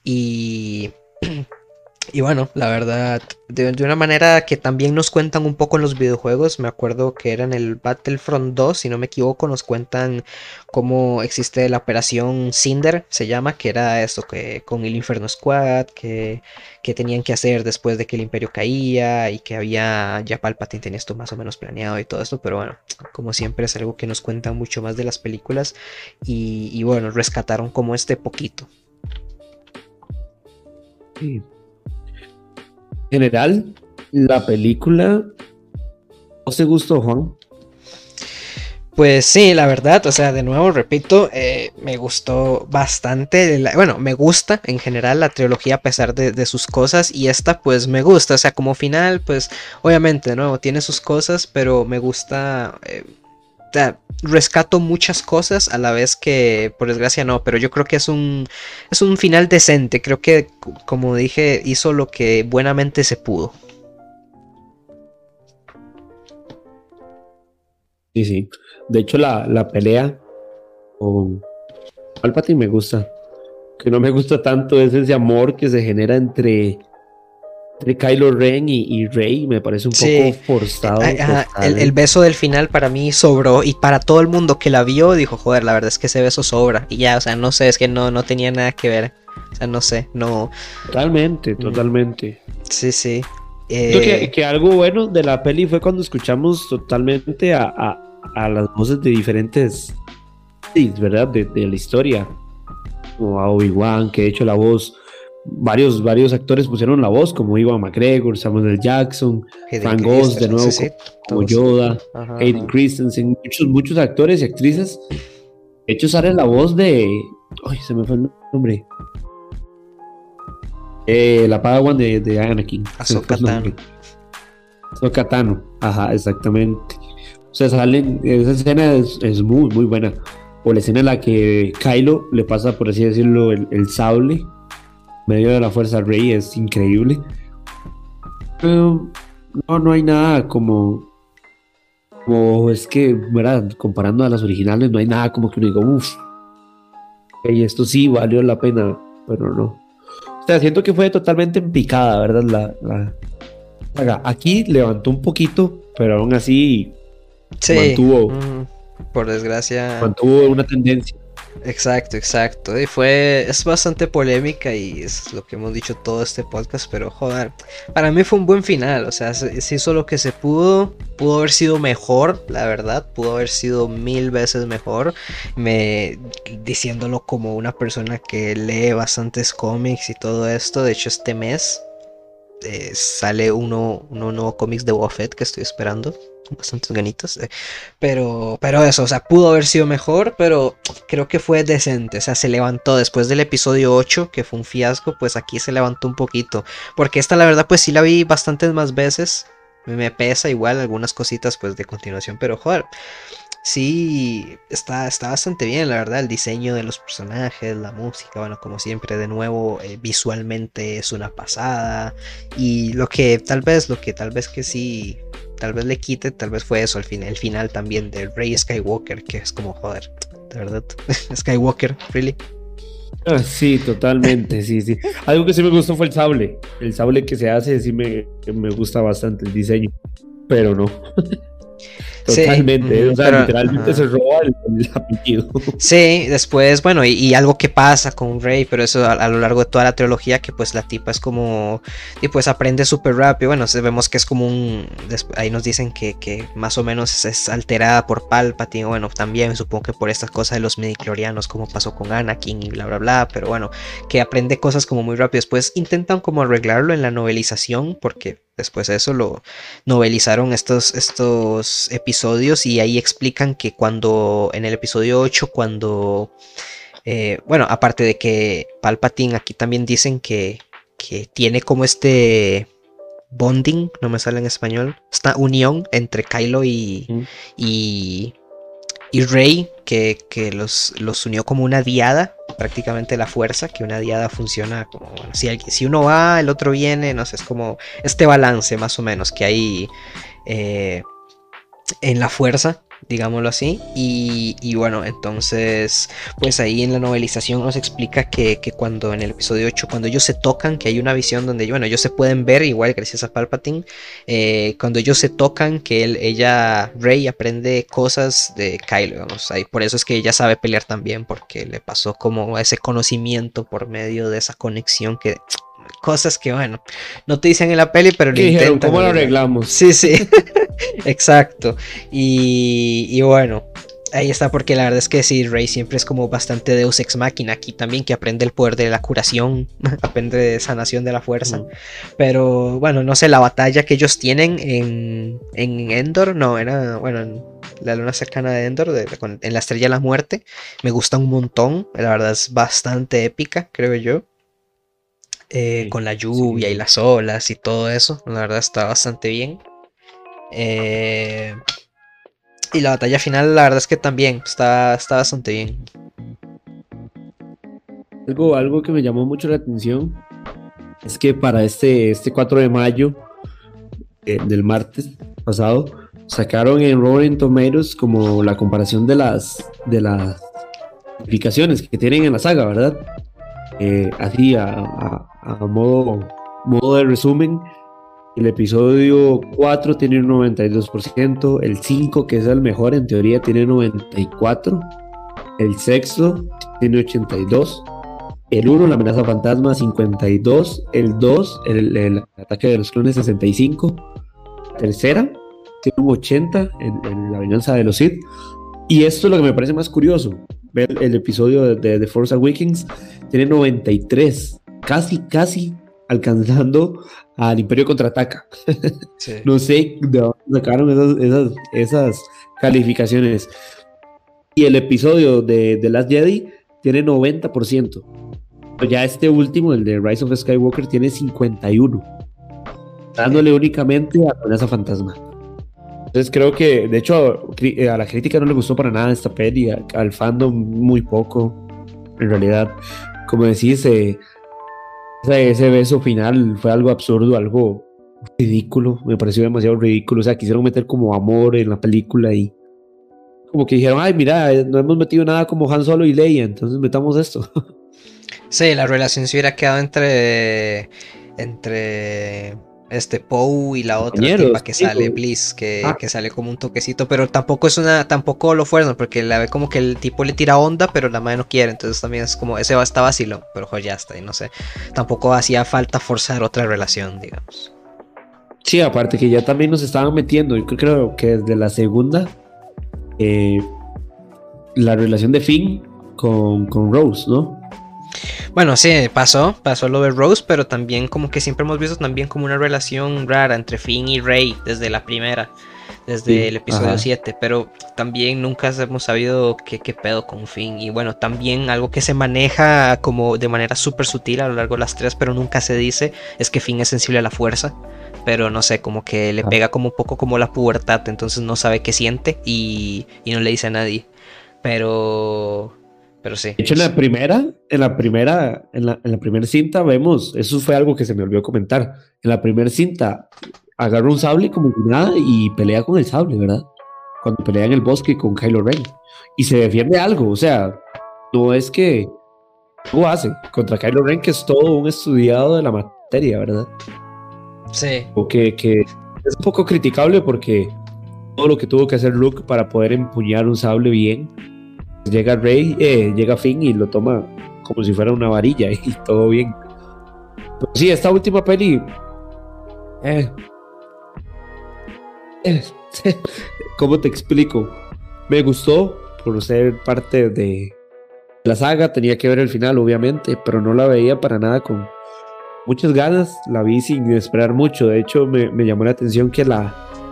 y bueno, la verdad, de una manera que también nos cuentan un poco en los videojuegos. Me acuerdo que era en el Battlefront 2, si no me equivoco, nos cuentan cómo existe la operación Cinder, se llama, que era esto, que con el Inferno Squad, que tenían que hacer después de que el Imperio caía y que había, ya Palpatine tenía esto más o menos planeado y todo esto, pero bueno, como siempre es algo que nos cuentan mucho más de las películas y bueno, rescataron como este poquito. Sí. En general, la película, ¿no te gustó, Juan? Pues sí, la verdad, o sea, de nuevo, repito, me gustó bastante, bueno, me gusta en general la trilogía a pesar de sus cosas y esta pues me gusta, o sea, como final, pues obviamente, de nuevo, tiene sus cosas, pero me gusta, o sea, rescato muchas cosas a la vez que, por desgracia, no, pero yo creo que es un final decente, creo que, como dije, hizo lo que buenamente se pudo. Sí, sí. De hecho, la pelea con Palpatine me gusta. Que no me gusta tanto es ese amor que se genera entre Kylo Ren y Rey. Me parece un poco Sí, forzado el total. beso del final para mí sobró y para todo el mundo que la vio dijo, joder, la verdad es que ese beso sobra y ya, o sea, no sé, es que no tenía nada que ver, o sea, no sé, no, Totalmente, mm, totalmente. sí, sí, Siento eh, que algo bueno de la peli fue cuando escuchamos totalmente a las voces de diferentes, sí, ¿verdad? De la historia. Como a Obi-Wan, que de hecho la voz varios actores pusieron la voz, como Iwan McGregor, Samuel L. Jackson, Hayden Frank Oz de nuevo sí, como todos. Yoda, Ajá, Hayden ajá. Christensen, muchos actores y actrices. De hecho, sale la voz de... Ay, se me fue el nombre. La Padawan de Anakin. Se me fue el nombre. Ahsoka Tano. Ajá, exactamente. O sea, salen... Esa escena es muy, muy buena. O la escena en la que Kylo le pasa, por así decirlo, el sable en medio de la fuerza Rey, es increíble. Pero no hay nada como es que, ¿verdad? Comparando a las originales, no hay nada como que uno diga, uff, esto sí valió la pena, pero no. O sea, siento que fue totalmente en picada, ¿verdad? La saga. Aquí levantó un poquito, pero aún así Sí, mantuvo por desgracia. mantuvo una tendencia. Exacto. Y es bastante polémica y es lo que hemos dicho todo este podcast, pero joder, para mí fue un buen final, o sea, se hizo lo que se pudo haber sido mejor, la verdad, pudo haber sido 1000 veces mejor, diciéndolo como una persona que lee bastantes cómics y todo esto. De hecho, este mes sale uno nuevo cómics de Boba Fett que estoy esperando con bastantes ganitas, pero eso, o sea, pudo haber sido mejor, pero creo que fue decente, o sea, se levantó después del episodio 8 que fue un fiasco, pues aquí se levantó un poquito, porque esta la verdad pues sí la vi bastantes más veces, me pesa igual algunas cositas pues de continuación, pero joder, sí, está bastante bien, la verdad, el diseño de los personajes, la música, bueno, como siempre, de nuevo, visualmente es una pasada. Y lo que tal vez que sí, tal vez le quite, tal vez fue eso, el final también de Rey Skywalker, que es como, joder, de verdad, Skywalker, really. Ah, sí, totalmente, sí. Algo que sí me gustó fue el sable. El sable que se hace, sí me gusta bastante el diseño, pero no. Sí, Totalmente, o sea, pero literalmente se ajá. roba el apellido. Sí, después, bueno, y algo que pasa con Rey, pero eso a lo largo de toda la trilogía, que pues la tipa es como, y pues aprende súper rápido, bueno, vemos que es como ahí nos dicen que más o menos es alterada por Palpatine, bueno, también supongo que por estas cosas de los midichlorianos, como pasó con Anakin y bla, bla, bla, pero bueno, que aprende cosas como muy rápido, después intentan como arreglarlo en la novelización, porque después de eso lo novelizaron estos episodios y ahí explican que cuando en el episodio 8 cuando bueno, aparte de que Palpatine aquí también dicen que tiene como este bonding, no me sale en español, esta unión entre Kylo y, y Rey que los unió como una diada, prácticamente la fuerza, que una diada funciona como, bueno, si uno va, el otro viene, no sé, es como este balance más o menos que hay eh, en la fuerza, digámoslo así. Y bueno, entonces, pues ahí en la novelización nos explica que cuando en el episodio 8 cuando ellos se tocan, que hay una visión donde, bueno, ellos se pueden ver igual gracias a Palpatine, cuando ellos se tocan, que Rey aprende cosas de Kylo, vamos, ahí, por eso es que ella sabe pelear también, porque le pasó como ese conocimiento por medio de esa conexión que... Cosas que, bueno, no te dicen en la peli, pero lo ¿Qué dijeron? intentan ¿Cómo lo arreglar. arreglamos? Sí, sí. Exacto. Y bueno, ahí está porque la verdad es que sí, Rey siempre es como bastante Deus Ex Machina aquí también, que aprende el poder de la curación, aprende de sanación de la fuerza. Pero bueno, no sé, la batalla que ellos tienen en Endor, no, era, bueno, en la luna cercana de Endor, en la Estrella de la Muerte, me gusta un montón, la verdad es bastante épica, creo yo. Con la lluvia y Sí. las olas y todo eso, la verdad está bastante bien. Eh, y la batalla final, la verdad es que también está bastante bien. Algo que me llamó mucho la atención es que para este 4 de mayo del martes pasado sacaron en Rotten Tomatoes como la comparación de las aplicaciones que tienen en la saga, ¿verdad? Así a modo de resumen, el episodio 4 tiene un 92%, el 5, que es el mejor en teoría, tiene 94%, el sexto tiene 82%, el 1, la amenaza fantasma, 52%, el 2, el ataque de los clones, 65%, la tercera tiene un 80% en la venganza de los Sith. Y esto es lo que me parece más curioso, ver el episodio de The Force Awakens, tiene 93%, casi alcanzando al Imperio Contraataca. Sí. No sé de dónde sacaron esas calificaciones. Y el episodio de The Last Jedi tiene 90%. Pero ya este último, el de Rise of Skywalker, tiene 51%. Dándole únicamente a Amenaza Fantasma. Entonces creo que, de hecho, a la crítica no le gustó para nada esta peli, al fandom muy poco. En realidad, como decís, ese beso final fue algo absurdo, algo ridículo, me pareció demasiado ridículo. O sea, quisieron meter como amor en la película y como que dijeron, ay, mira, no hemos metido nada como Han Solo y Leia, entonces metamos esto. Sí, la relación se hubiera quedado entre Poe y la otra tipa que sale, Bliss, que sale como un toquecito, pero tampoco lo fuerzan, porque la ve como que el tipo le tira onda, pero la madre no quiere, entonces también es como, ese está vacilo, pero ya está, y no sé, tampoco hacía falta forzar otra relación, digamos. Sí, aparte que ya también nos estaban metiendo, yo creo que desde la segunda, la relación de Finn con Rose, ¿no? Bueno, sí, pasó lo de Rose, pero también como que siempre hemos visto también como una relación rara entre Finn y Rey desde la primera, desde el episodio 7, pero también nunca hemos sabido qué pedo con Finn. Y bueno, también algo que se maneja como de manera súper sutil a lo largo de las 3, pero nunca se dice, es que Finn es sensible a la fuerza, pero no sé, como que le pega como un poco como la pubertad, entonces no sabe qué siente y no le dice a nadie, pero sí. De hecho, en la primera cinta vemos, eso fue algo que se me olvidó comentar. En la primera cinta agarra un sable como que nada y pelea con el sable, ¿verdad? Cuando pelea en el bosque con Kylo Ren. Y se defiende algo, o sea, no es que algo hace contra Kylo Ren, que es todo un estudiado de la materia, ¿verdad? Sí. O que es un poco criticable porque todo lo que tuvo que hacer Luke para poder empuñar un sable bien. Llega llega Finn y lo toma como si fuera una varilla y todo bien. Pero sí, esta última peli ¿cómo te explico? Me gustó por ser parte de la saga, tenía que ver el final obviamente, pero no la veía para nada con muchas ganas, la vi sin esperar mucho. De hecho me llamó la atención que la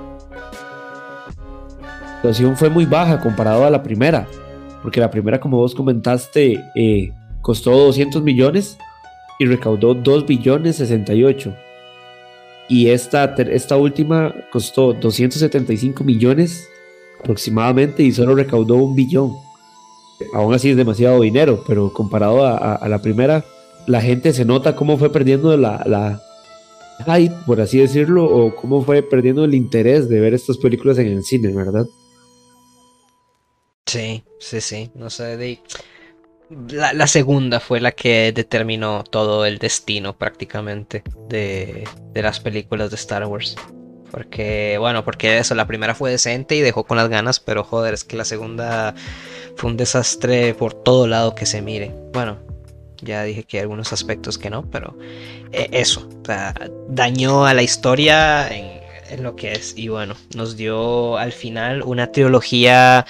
situación fue muy baja comparado a la primera. Porque la primera, como vos comentaste, costó 200 millones y recaudó 2 billones 68. Y esta última costó 275 millones aproximadamente y solo recaudó 1 billón. Aún así es demasiado dinero, pero comparado a la primera, la gente se nota cómo fue perdiendo la hype, por así decirlo, o cómo fue perdiendo el interés de ver estas películas en el cine, ¿verdad? Sí, no sé, la segunda fue la que determinó todo el destino prácticamente de las películas de Star Wars. Porque eso, la primera fue decente y dejó con las ganas, pero joder, es que la segunda fue un desastre por todo lado que se mire. Bueno, ya dije que hay algunos aspectos que no, pero eso, o sea, dañó a la historia en lo que es. Y bueno, nos dio al final una trilogía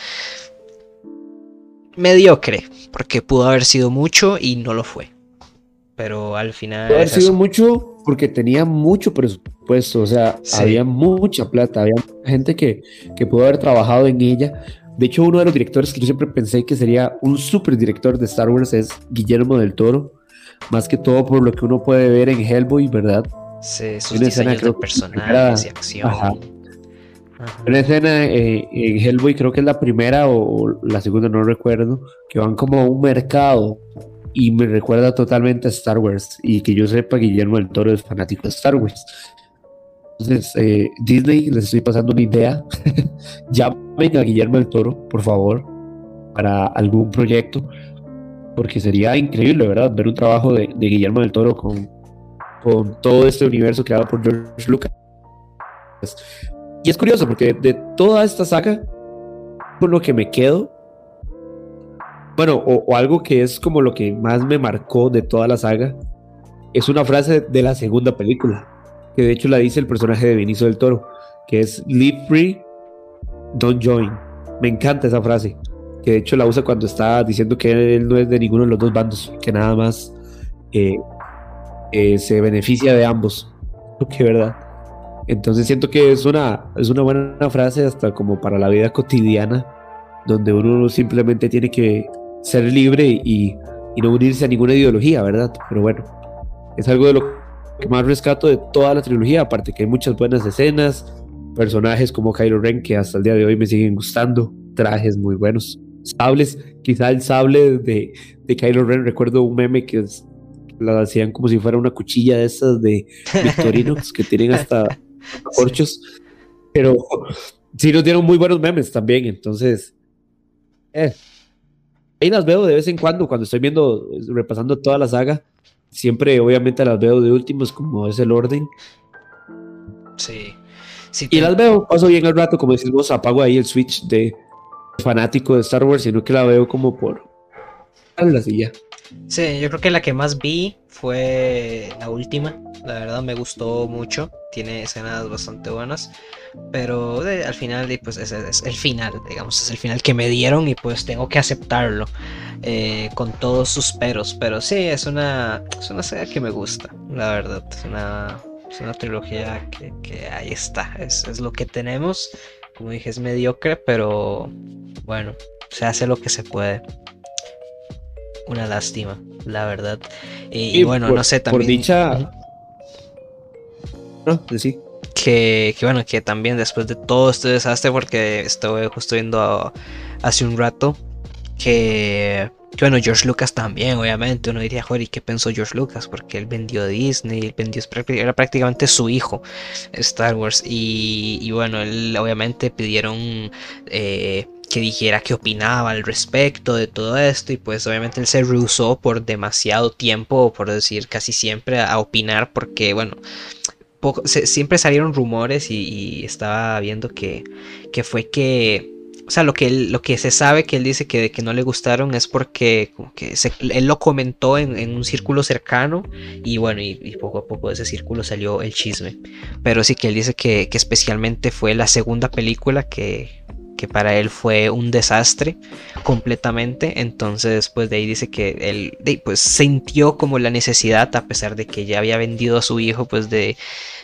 mediocre, porque pudo haber sido mucho y no lo fue. Pero al final pudo haber sido mucho porque tenía mucho presupuesto, o sea, sí. Había mucha plata, había gente que pudo haber trabajado en ella. De hecho, uno de los directores que yo siempre pensé que sería un super director de Star Wars es Guillermo del Toro, más que todo por lo que uno puede ver en Hellboy, ¿verdad? Sí, sus diseños de personajes y acción. Ajá. Una escena en Hellboy, creo que es la primera o la segunda, no recuerdo, que van como a un mercado y me recuerda totalmente a Star Wars. Y que yo sepa, Guillermo del Toro es fanático de Star Wars. Entonces, Disney, les estoy pasando una idea. Llamen a Guillermo del Toro, por favor, para algún proyecto, porque sería increíble, ¿verdad? Ver un trabajo de Guillermo del Toro con todo este universo creado por George Lucas. Y es curioso porque de toda esta saga, con lo que me quedo, bueno, o algo que es como lo que más me marcó de toda la saga, es una frase de la segunda película, que de hecho la dice el personaje de Benicio del Toro, que es "Live free, don't join". Me encanta esa frase, que de hecho la usa cuando está diciendo que él no es de ninguno de los dos bandos, que nada más se beneficia de ambos. Que verdad. Entonces siento que es una buena frase hasta como para la vida cotidiana, donde uno simplemente tiene que ser libre y no unirse a ninguna ideología, ¿verdad? Pero bueno, es algo de lo que más rescato de toda la trilogía, aparte que hay muchas buenas escenas, personajes como Kylo Ren que hasta el día de hoy me siguen gustando, trajes muy buenos, sables, quizá el sable de Kylo Ren, recuerdo un meme que la hacían como si fuera una cuchilla de esas de Victorinox que tienen hasta corchos, pero sí nos dieron muy buenos memes también, entonces ahí las veo de vez en cuando estoy viendo, repasando toda la saga, siempre obviamente las veo de últimos como es el orden. Sí. Sí, Y las veo, paso bien el rato, como decís vos, apago ahí el switch de fanático de Star Wars, sino que la veo como por la silla. Sí, yo creo que la que más vi fue la última. La verdad me gustó mucho. Tiene escenas bastante buenas. Pero al final, pues ese es el final, digamos, es el final que me dieron y pues tengo que aceptarlo. Con todos sus peros. Pero sí, es una saga que me gusta, la verdad. Es una trilogía que ahí está. Es lo que tenemos. Como dije, es mediocre, pero bueno, se hace lo que se puede. Una lástima, la verdad. Y bueno, no sé, también. Por dicha. No, sí. Que bueno, que también después de todo este desastre, porque estuve justo viendo hace un rato que bueno, George Lucas también, obviamente, uno diría, joder, ¿y qué pensó George Lucas? Porque él vendió Disney, era prácticamente su hijo, Star Wars, y bueno, él obviamente pidieron que dijera qué opinaba al respecto de todo esto, y pues obviamente él se rehusó por demasiado tiempo, por decir casi siempre, a opinar, porque bueno, siempre salieron rumores y estaba viendo que fue que, o sea, lo que se sabe que él dice que no le gustaron es porque como que él lo comentó en un círculo cercano y bueno, y poco a poco de ese círculo salió el chisme. Pero sí que él dice que especialmente fue la segunda película que para él fue un desastre completamente. Entonces pues de ahí dice que él pues sintió como la necesidad, a pesar de que ya había vendido a su hijo, pues de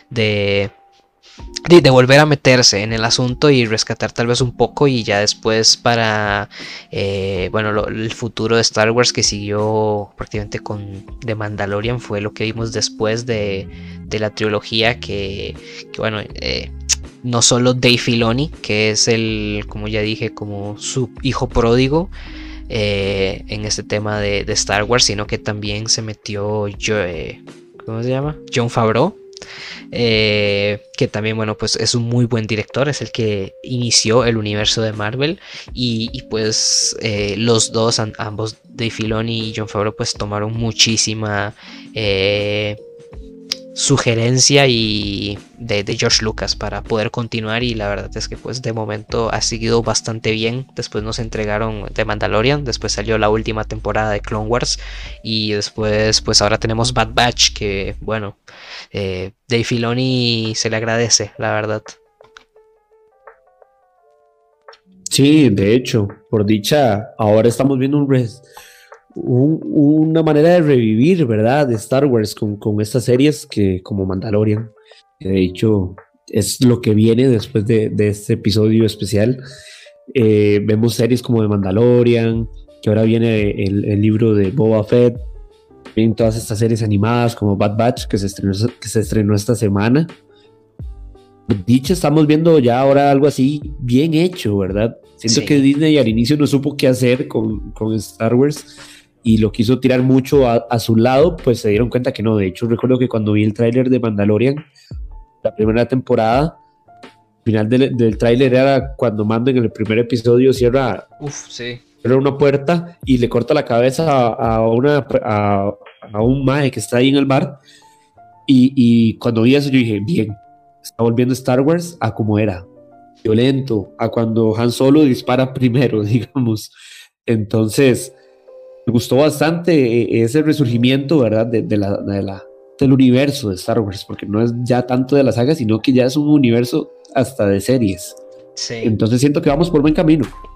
volver a meterse en el asunto y rescatar tal vez un poco, y ya después para bueno, el futuro de Star Wars que siguió prácticamente con The Mandalorian fue lo que vimos después de la trilogía que bueno, no solo Dave Filoni, que es como ya dije, como su hijo pródigo en este tema de Star Wars, sino que también se metió ¿cómo se llama? Jon Favreau, que también, bueno, pues es un muy buen director, es el que inició el universo de Marvel y pues los dos, ambos, Dave Filoni y Jon Favreau, pues tomaron muchísima sugerencia y de George Lucas para poder continuar, y la verdad es que pues de momento ha seguido bastante bien. Después nos entregaron The Mandalorian, después salió la última temporada de Clone Wars y después pues ahora tenemos Bad Batch, que bueno, Dave Filoni se le agradece, la verdad. Sí, de hecho, por dicha, ahora estamos viendo una manera de revivir, ¿verdad? De Star Wars con estas series que como Mandalorian, que de hecho es lo que viene después de este episodio especial. Vemos series como de Mandalorian, que ahora viene el libro de Boba Fett, vienen todas estas series animadas como Bad Batch que se estrenó esta semana. Dicho, estamos viendo ya ahora algo así bien hecho, ¿verdad? Siento Sí. que Disney al inicio no supo qué hacer con Star Wars y lo quiso tirar mucho a su lado, pues se dieron cuenta que no. De hecho, recuerdo que cuando vi el tráiler de Mandalorian, la primera temporada, al final del tráiler era cuando Mando en el primer episodio cierra una puerta y le corta la cabeza a un maje que está ahí en el bar. Y cuando vi eso yo dije, bien, está volviendo Star Wars a como era, violento, a cuando Han Solo dispara primero, digamos. Entonces, me gustó bastante ese resurgimiento, ¿verdad? Del universo de Star Wars, porque no es ya tanto de la saga, sino que ya es un universo hasta de series. Sí. Entonces siento que vamos por buen camino.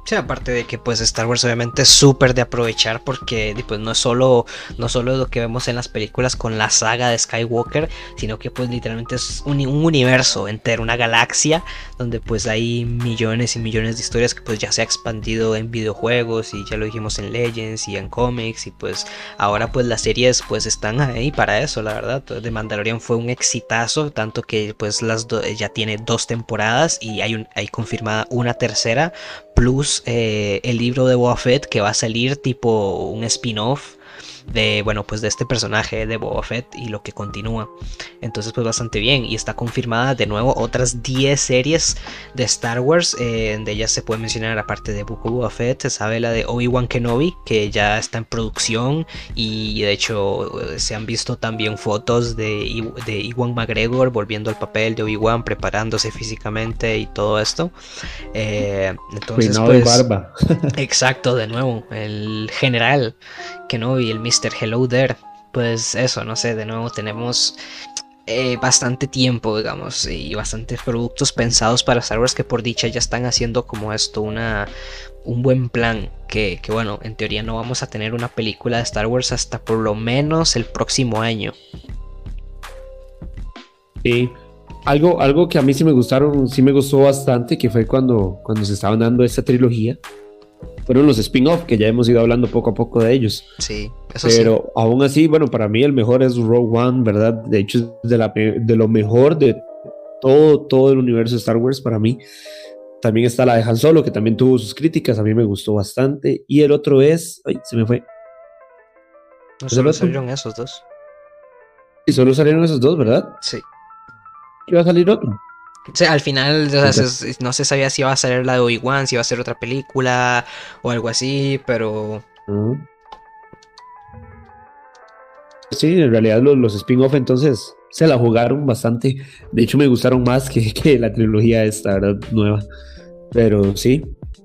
Sí, aparte de que pues Star Wars obviamente es súper de aprovechar porque pues no solo lo que vemos en las películas con la saga de Skywalker, sino que pues literalmente es un universo entero, una galaxia donde pues hay millones y millones de historias que pues ya se ha expandido en videojuegos y ya lo dijimos en Legends y en cómics y pues ahora pues las series pues están ahí para eso, la verdad. The Mandalorian fue un exitazo, tanto que pues ya tiene 2 temporadas y hay confirmada una tercera plus el libro de Boba Fett que va a salir tipo un spin-off de, bueno, pues de este personaje de Boba Fett y lo que continúa. Entonces pues bastante bien y está confirmada de nuevo otras 10 series de Star Wars, de ellas se puede mencionar aparte de Boba Fett, se sabe la de Obi-Wan Kenobi que ya está en producción y de hecho se han visto también fotos de Ewan McGregor volviendo al papel de Obi-Wan, preparándose físicamente y todo esto. Entonces Peinado y pues barba. exacto, de nuevo el general Kenobi, el Mr. Hello There. Pues eso, no sé, de nuevo tenemos bastante tiempo, digamos, y bastantes productos pensados para Star Wars que por dicha ya están haciendo como esto un buen plan. Que bueno, en teoría no vamos a tener una película de Star Wars hasta por lo menos el próximo año. Sí. Algo que a mí sí me gustó bastante, que fue cuando se estaban dando esta trilogía, fueron los spin-off, que ya hemos ido hablando poco a poco de ellos. Sí, eso sí. Pero aún así, bueno, para mí el mejor es Rogue One, ¿verdad? De hecho, es de lo mejor de todo el universo de Star Wars para mí. También está la de Han Solo, que también tuvo sus críticas, a mí me gustó bastante. Y el otro es, ay, se me fue. No ¿Es el solo otro? salieron esos dos. Y solo salieron esos dos, ¿verdad? Sí. ¿Y va a salir otro? O sea, al final o sea, Entonces, no se sabía si iba a salir la de Obi-Wan, si iba a ser otra película o algo así, pero ujú. Sí, en realidad los spin-off entonces se la jugaron bastante. De hecho, me gustaron más que la trilogía esta, ¿verdad? Nueva. Pero sí,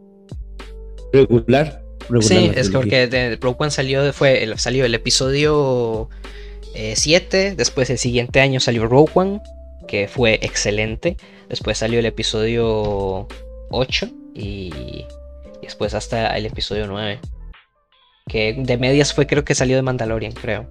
regular sí, la es que trilogía. porque de Rogue One salió el episodio 7, después el siguiente año salió Rogue One, que fue excelente, después salió el episodio 8 y después hasta el episodio 9, que de medias fue creo que salió de Mandalorian, creo.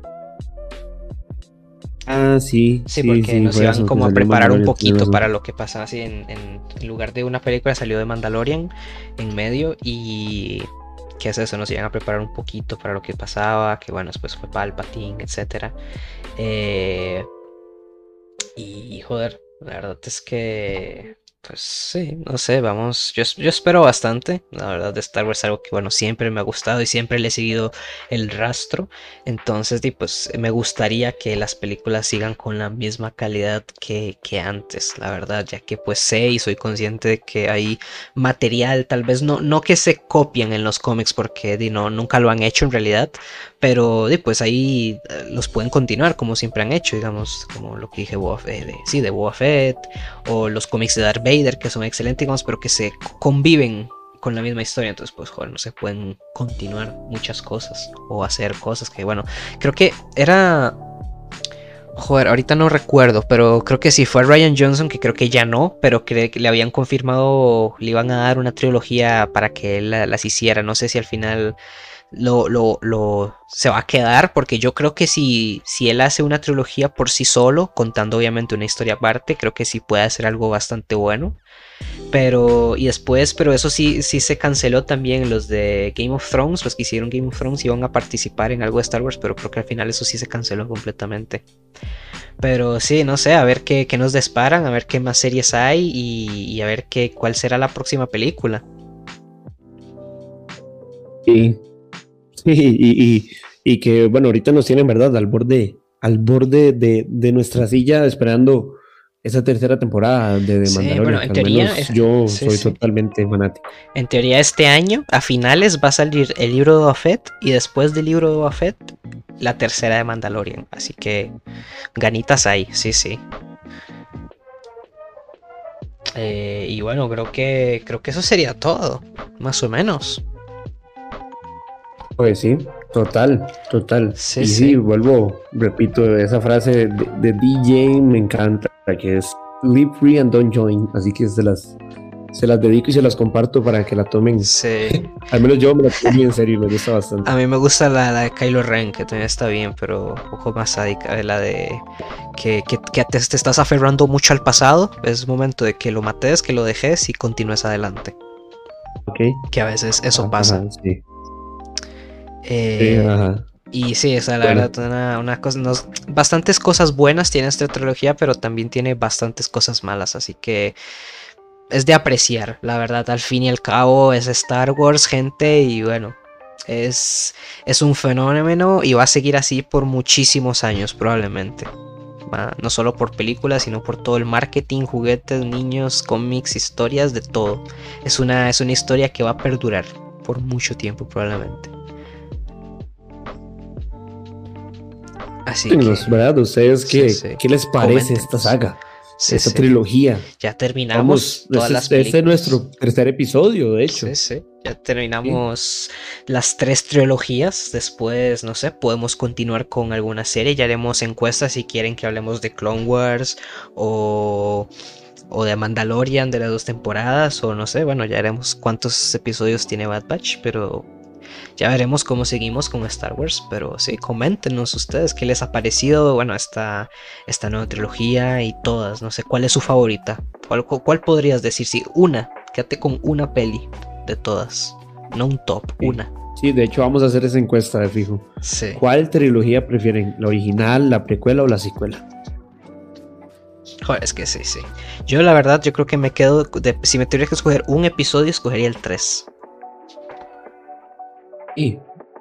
Ah, sí, Sí, sí, porque sí, nos fue iban eso, que como a salió preparar un Mandalorian, tienes poquito para razón. lo que pasaba así en lugar de una película salió de Mandalorian en medio y ¿qué es eso? Nos iban a preparar un poquito para lo que pasaba, que bueno, después fue Palpatine, etcétera. Eh, y joder, la verdad es que pues sí, no sé, vamos, yo espero bastante, la verdad de Star Wars es algo que bueno, siempre me ha gustado y siempre le he seguido el rastro, entonces pues me gustaría que las películas sigan con la misma calidad que antes, la verdad, ya que pues sé y soy consciente de que hay material, tal vez no que se copian en los cómics porque no, nunca lo han hecho en realidad, pero pues ahí los pueden continuar como siempre han hecho, digamos, como lo que dije de Boba Fett o los cómics de Darth Vader que son excelentes, digamos, pero que se conviven con la misma historia, entonces pues joder, no se pueden continuar muchas cosas o hacer cosas que bueno, creo que era, joder, ahorita no recuerdo, pero creo que sí fue Ryan Johnson, que creo que ya no, pero creo que le habían confirmado, le iban a dar una trilogía para que él las hiciera, no sé si al final se va a quedar, porque yo creo que si él hace una trilogía por sí solo, contando obviamente una historia aparte, creo que sí puede hacer algo bastante bueno. Pero eso sí se canceló también los de Game of Thrones, los que hicieron Game of Thrones iban a participar en algo de Star Wars, pero creo que al final eso sí se canceló completamente. Pero sí, no sé, a ver qué nos disparan, a ver qué más series hay y a ver cuál será la próxima película. Sí, sí, y que bueno, ahorita nos tienen, ¿verdad? Al borde de nuestra silla esperando esa tercera temporada de Sí, bueno, Mandalorian, en que al teoría, menos yo sí, soy sí. totalmente fanático. En teoría este año, a finales, va a salir el libro de Boba Fett y después del libro de Boba Fett, la tercera de Mandalorian. Así que ganitas hay, sí, sí. Y bueno, creo que eso sería todo, más o menos. Pues sí, total. Sí, Y sí, sí. repito, esa frase de DJ me encanta, que es Live Free and Don't Join, así que es de las se las dedico y se las comparto para que la tomen. Sí. Al menos yo me la tomo muy en serio y me gusta bastante. A mí me gusta la de Kylo Ren, que también está bien, pero un poco más sádica. La de que te estás aferrando mucho al pasado. Es momento de que lo mates, que lo dejes y continúes adelante. Ok. Que a veces eso pasa. Ajá, sí. Ajá. Y sí, o sea, la verdad, una cosa, bastantes cosas buenas tiene esta trilogía, pero también tiene bastantes cosas malas, así que es de apreciar, la verdad, al fin y al cabo es Star Wars, gente, y bueno, es un fenómeno y va a seguir así por muchísimos años probablemente. No solo por películas, sino por todo el marketing, juguetes, niños, cómics, historias, de todo. Es una historia que va a perdurar por mucho tiempo probablemente. Así que, ¿verdad? ¿Ustedes qué, sí. qué les parece esta saga? Esta trilogía. Ya terminamos todas las películas. Este es nuestro tercer episodio, de hecho. Sí. Ya terminamos las 3 trilogías. Después, no sé, podemos continuar con alguna serie. Ya haremos encuestas si quieren que hablemos de Clone Wars o de Mandalorian de las 2 temporadas. O no sé, bueno, ya haremos cuántos episodios tiene Bad Batch, pero ya veremos cómo seguimos con Star Wars, pero sí, coméntenos ustedes qué les ha parecido, bueno, esta nueva trilogía y todas, no sé, ¿cuál es su favorita? ¿Cuál podrías decir? Sí, quédate con una peli de todas, no un top, una. Sí, de hecho vamos a hacer esa encuesta de fijo. Sí. ¿Cuál trilogía prefieren? ¿La original, la precuela o la secuela? Joder, es que sí. Yo la verdad, yo creo que me quedo, si me tuviera que escoger un episodio, escogería el 3. Sí.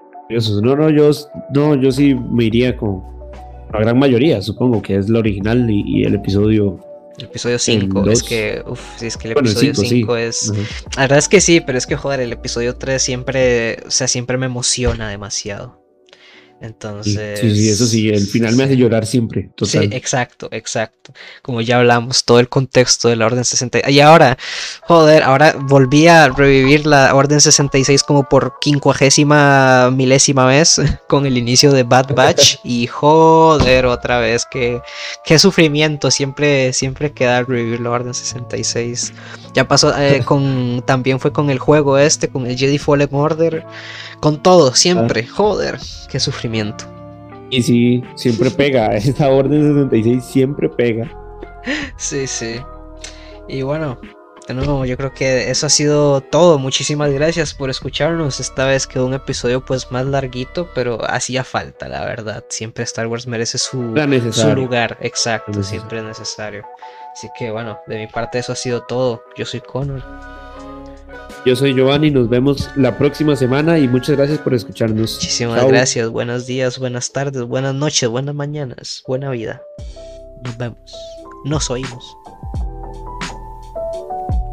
Yo sí me iría con la gran mayoría, supongo que es la original y el episodio. El episodio 5, es que, es que el episodio 5 es... Uh-huh. La verdad es que sí, pero es que joder, el episodio 3 siempre me emociona demasiado. Entonces... Sí, eso sí, el final me hace llorar siempre, total. Sí, exacto. Como ya hablamos, todo el contexto de la Orden 66. Y ahora, ahora volví a revivir la Orden 66 como por 50ª milésima vez con el inicio de Bad Batch. Y joder, otra vez, qué sufrimiento. Siempre queda revivir la Orden 66. Ya pasó también fue con el juego con el Jedi Fallen Order. Con todo, siempre, joder, qué sufrimiento. Y sí, siempre pega, esa Orden 66 siempre pega. Sí. Y bueno, de nuevo, yo creo que eso ha sido todo. Muchísimas gracias por escucharnos. Esta vez quedó un episodio pues más larguito, pero hacía falta, la verdad. Siempre Star Wars merece su lugar, exacto, siempre es necesario. Así que bueno, de mi parte eso ha sido todo. Yo soy Connor. Yo soy Giovanni, nos vemos la próxima semana y muchas gracias por escucharnos. Muchísimas gracias, buenos días, buenas tardes, buenas noches, buenas mañanas, buena vida. Nos vemos, nos oímos.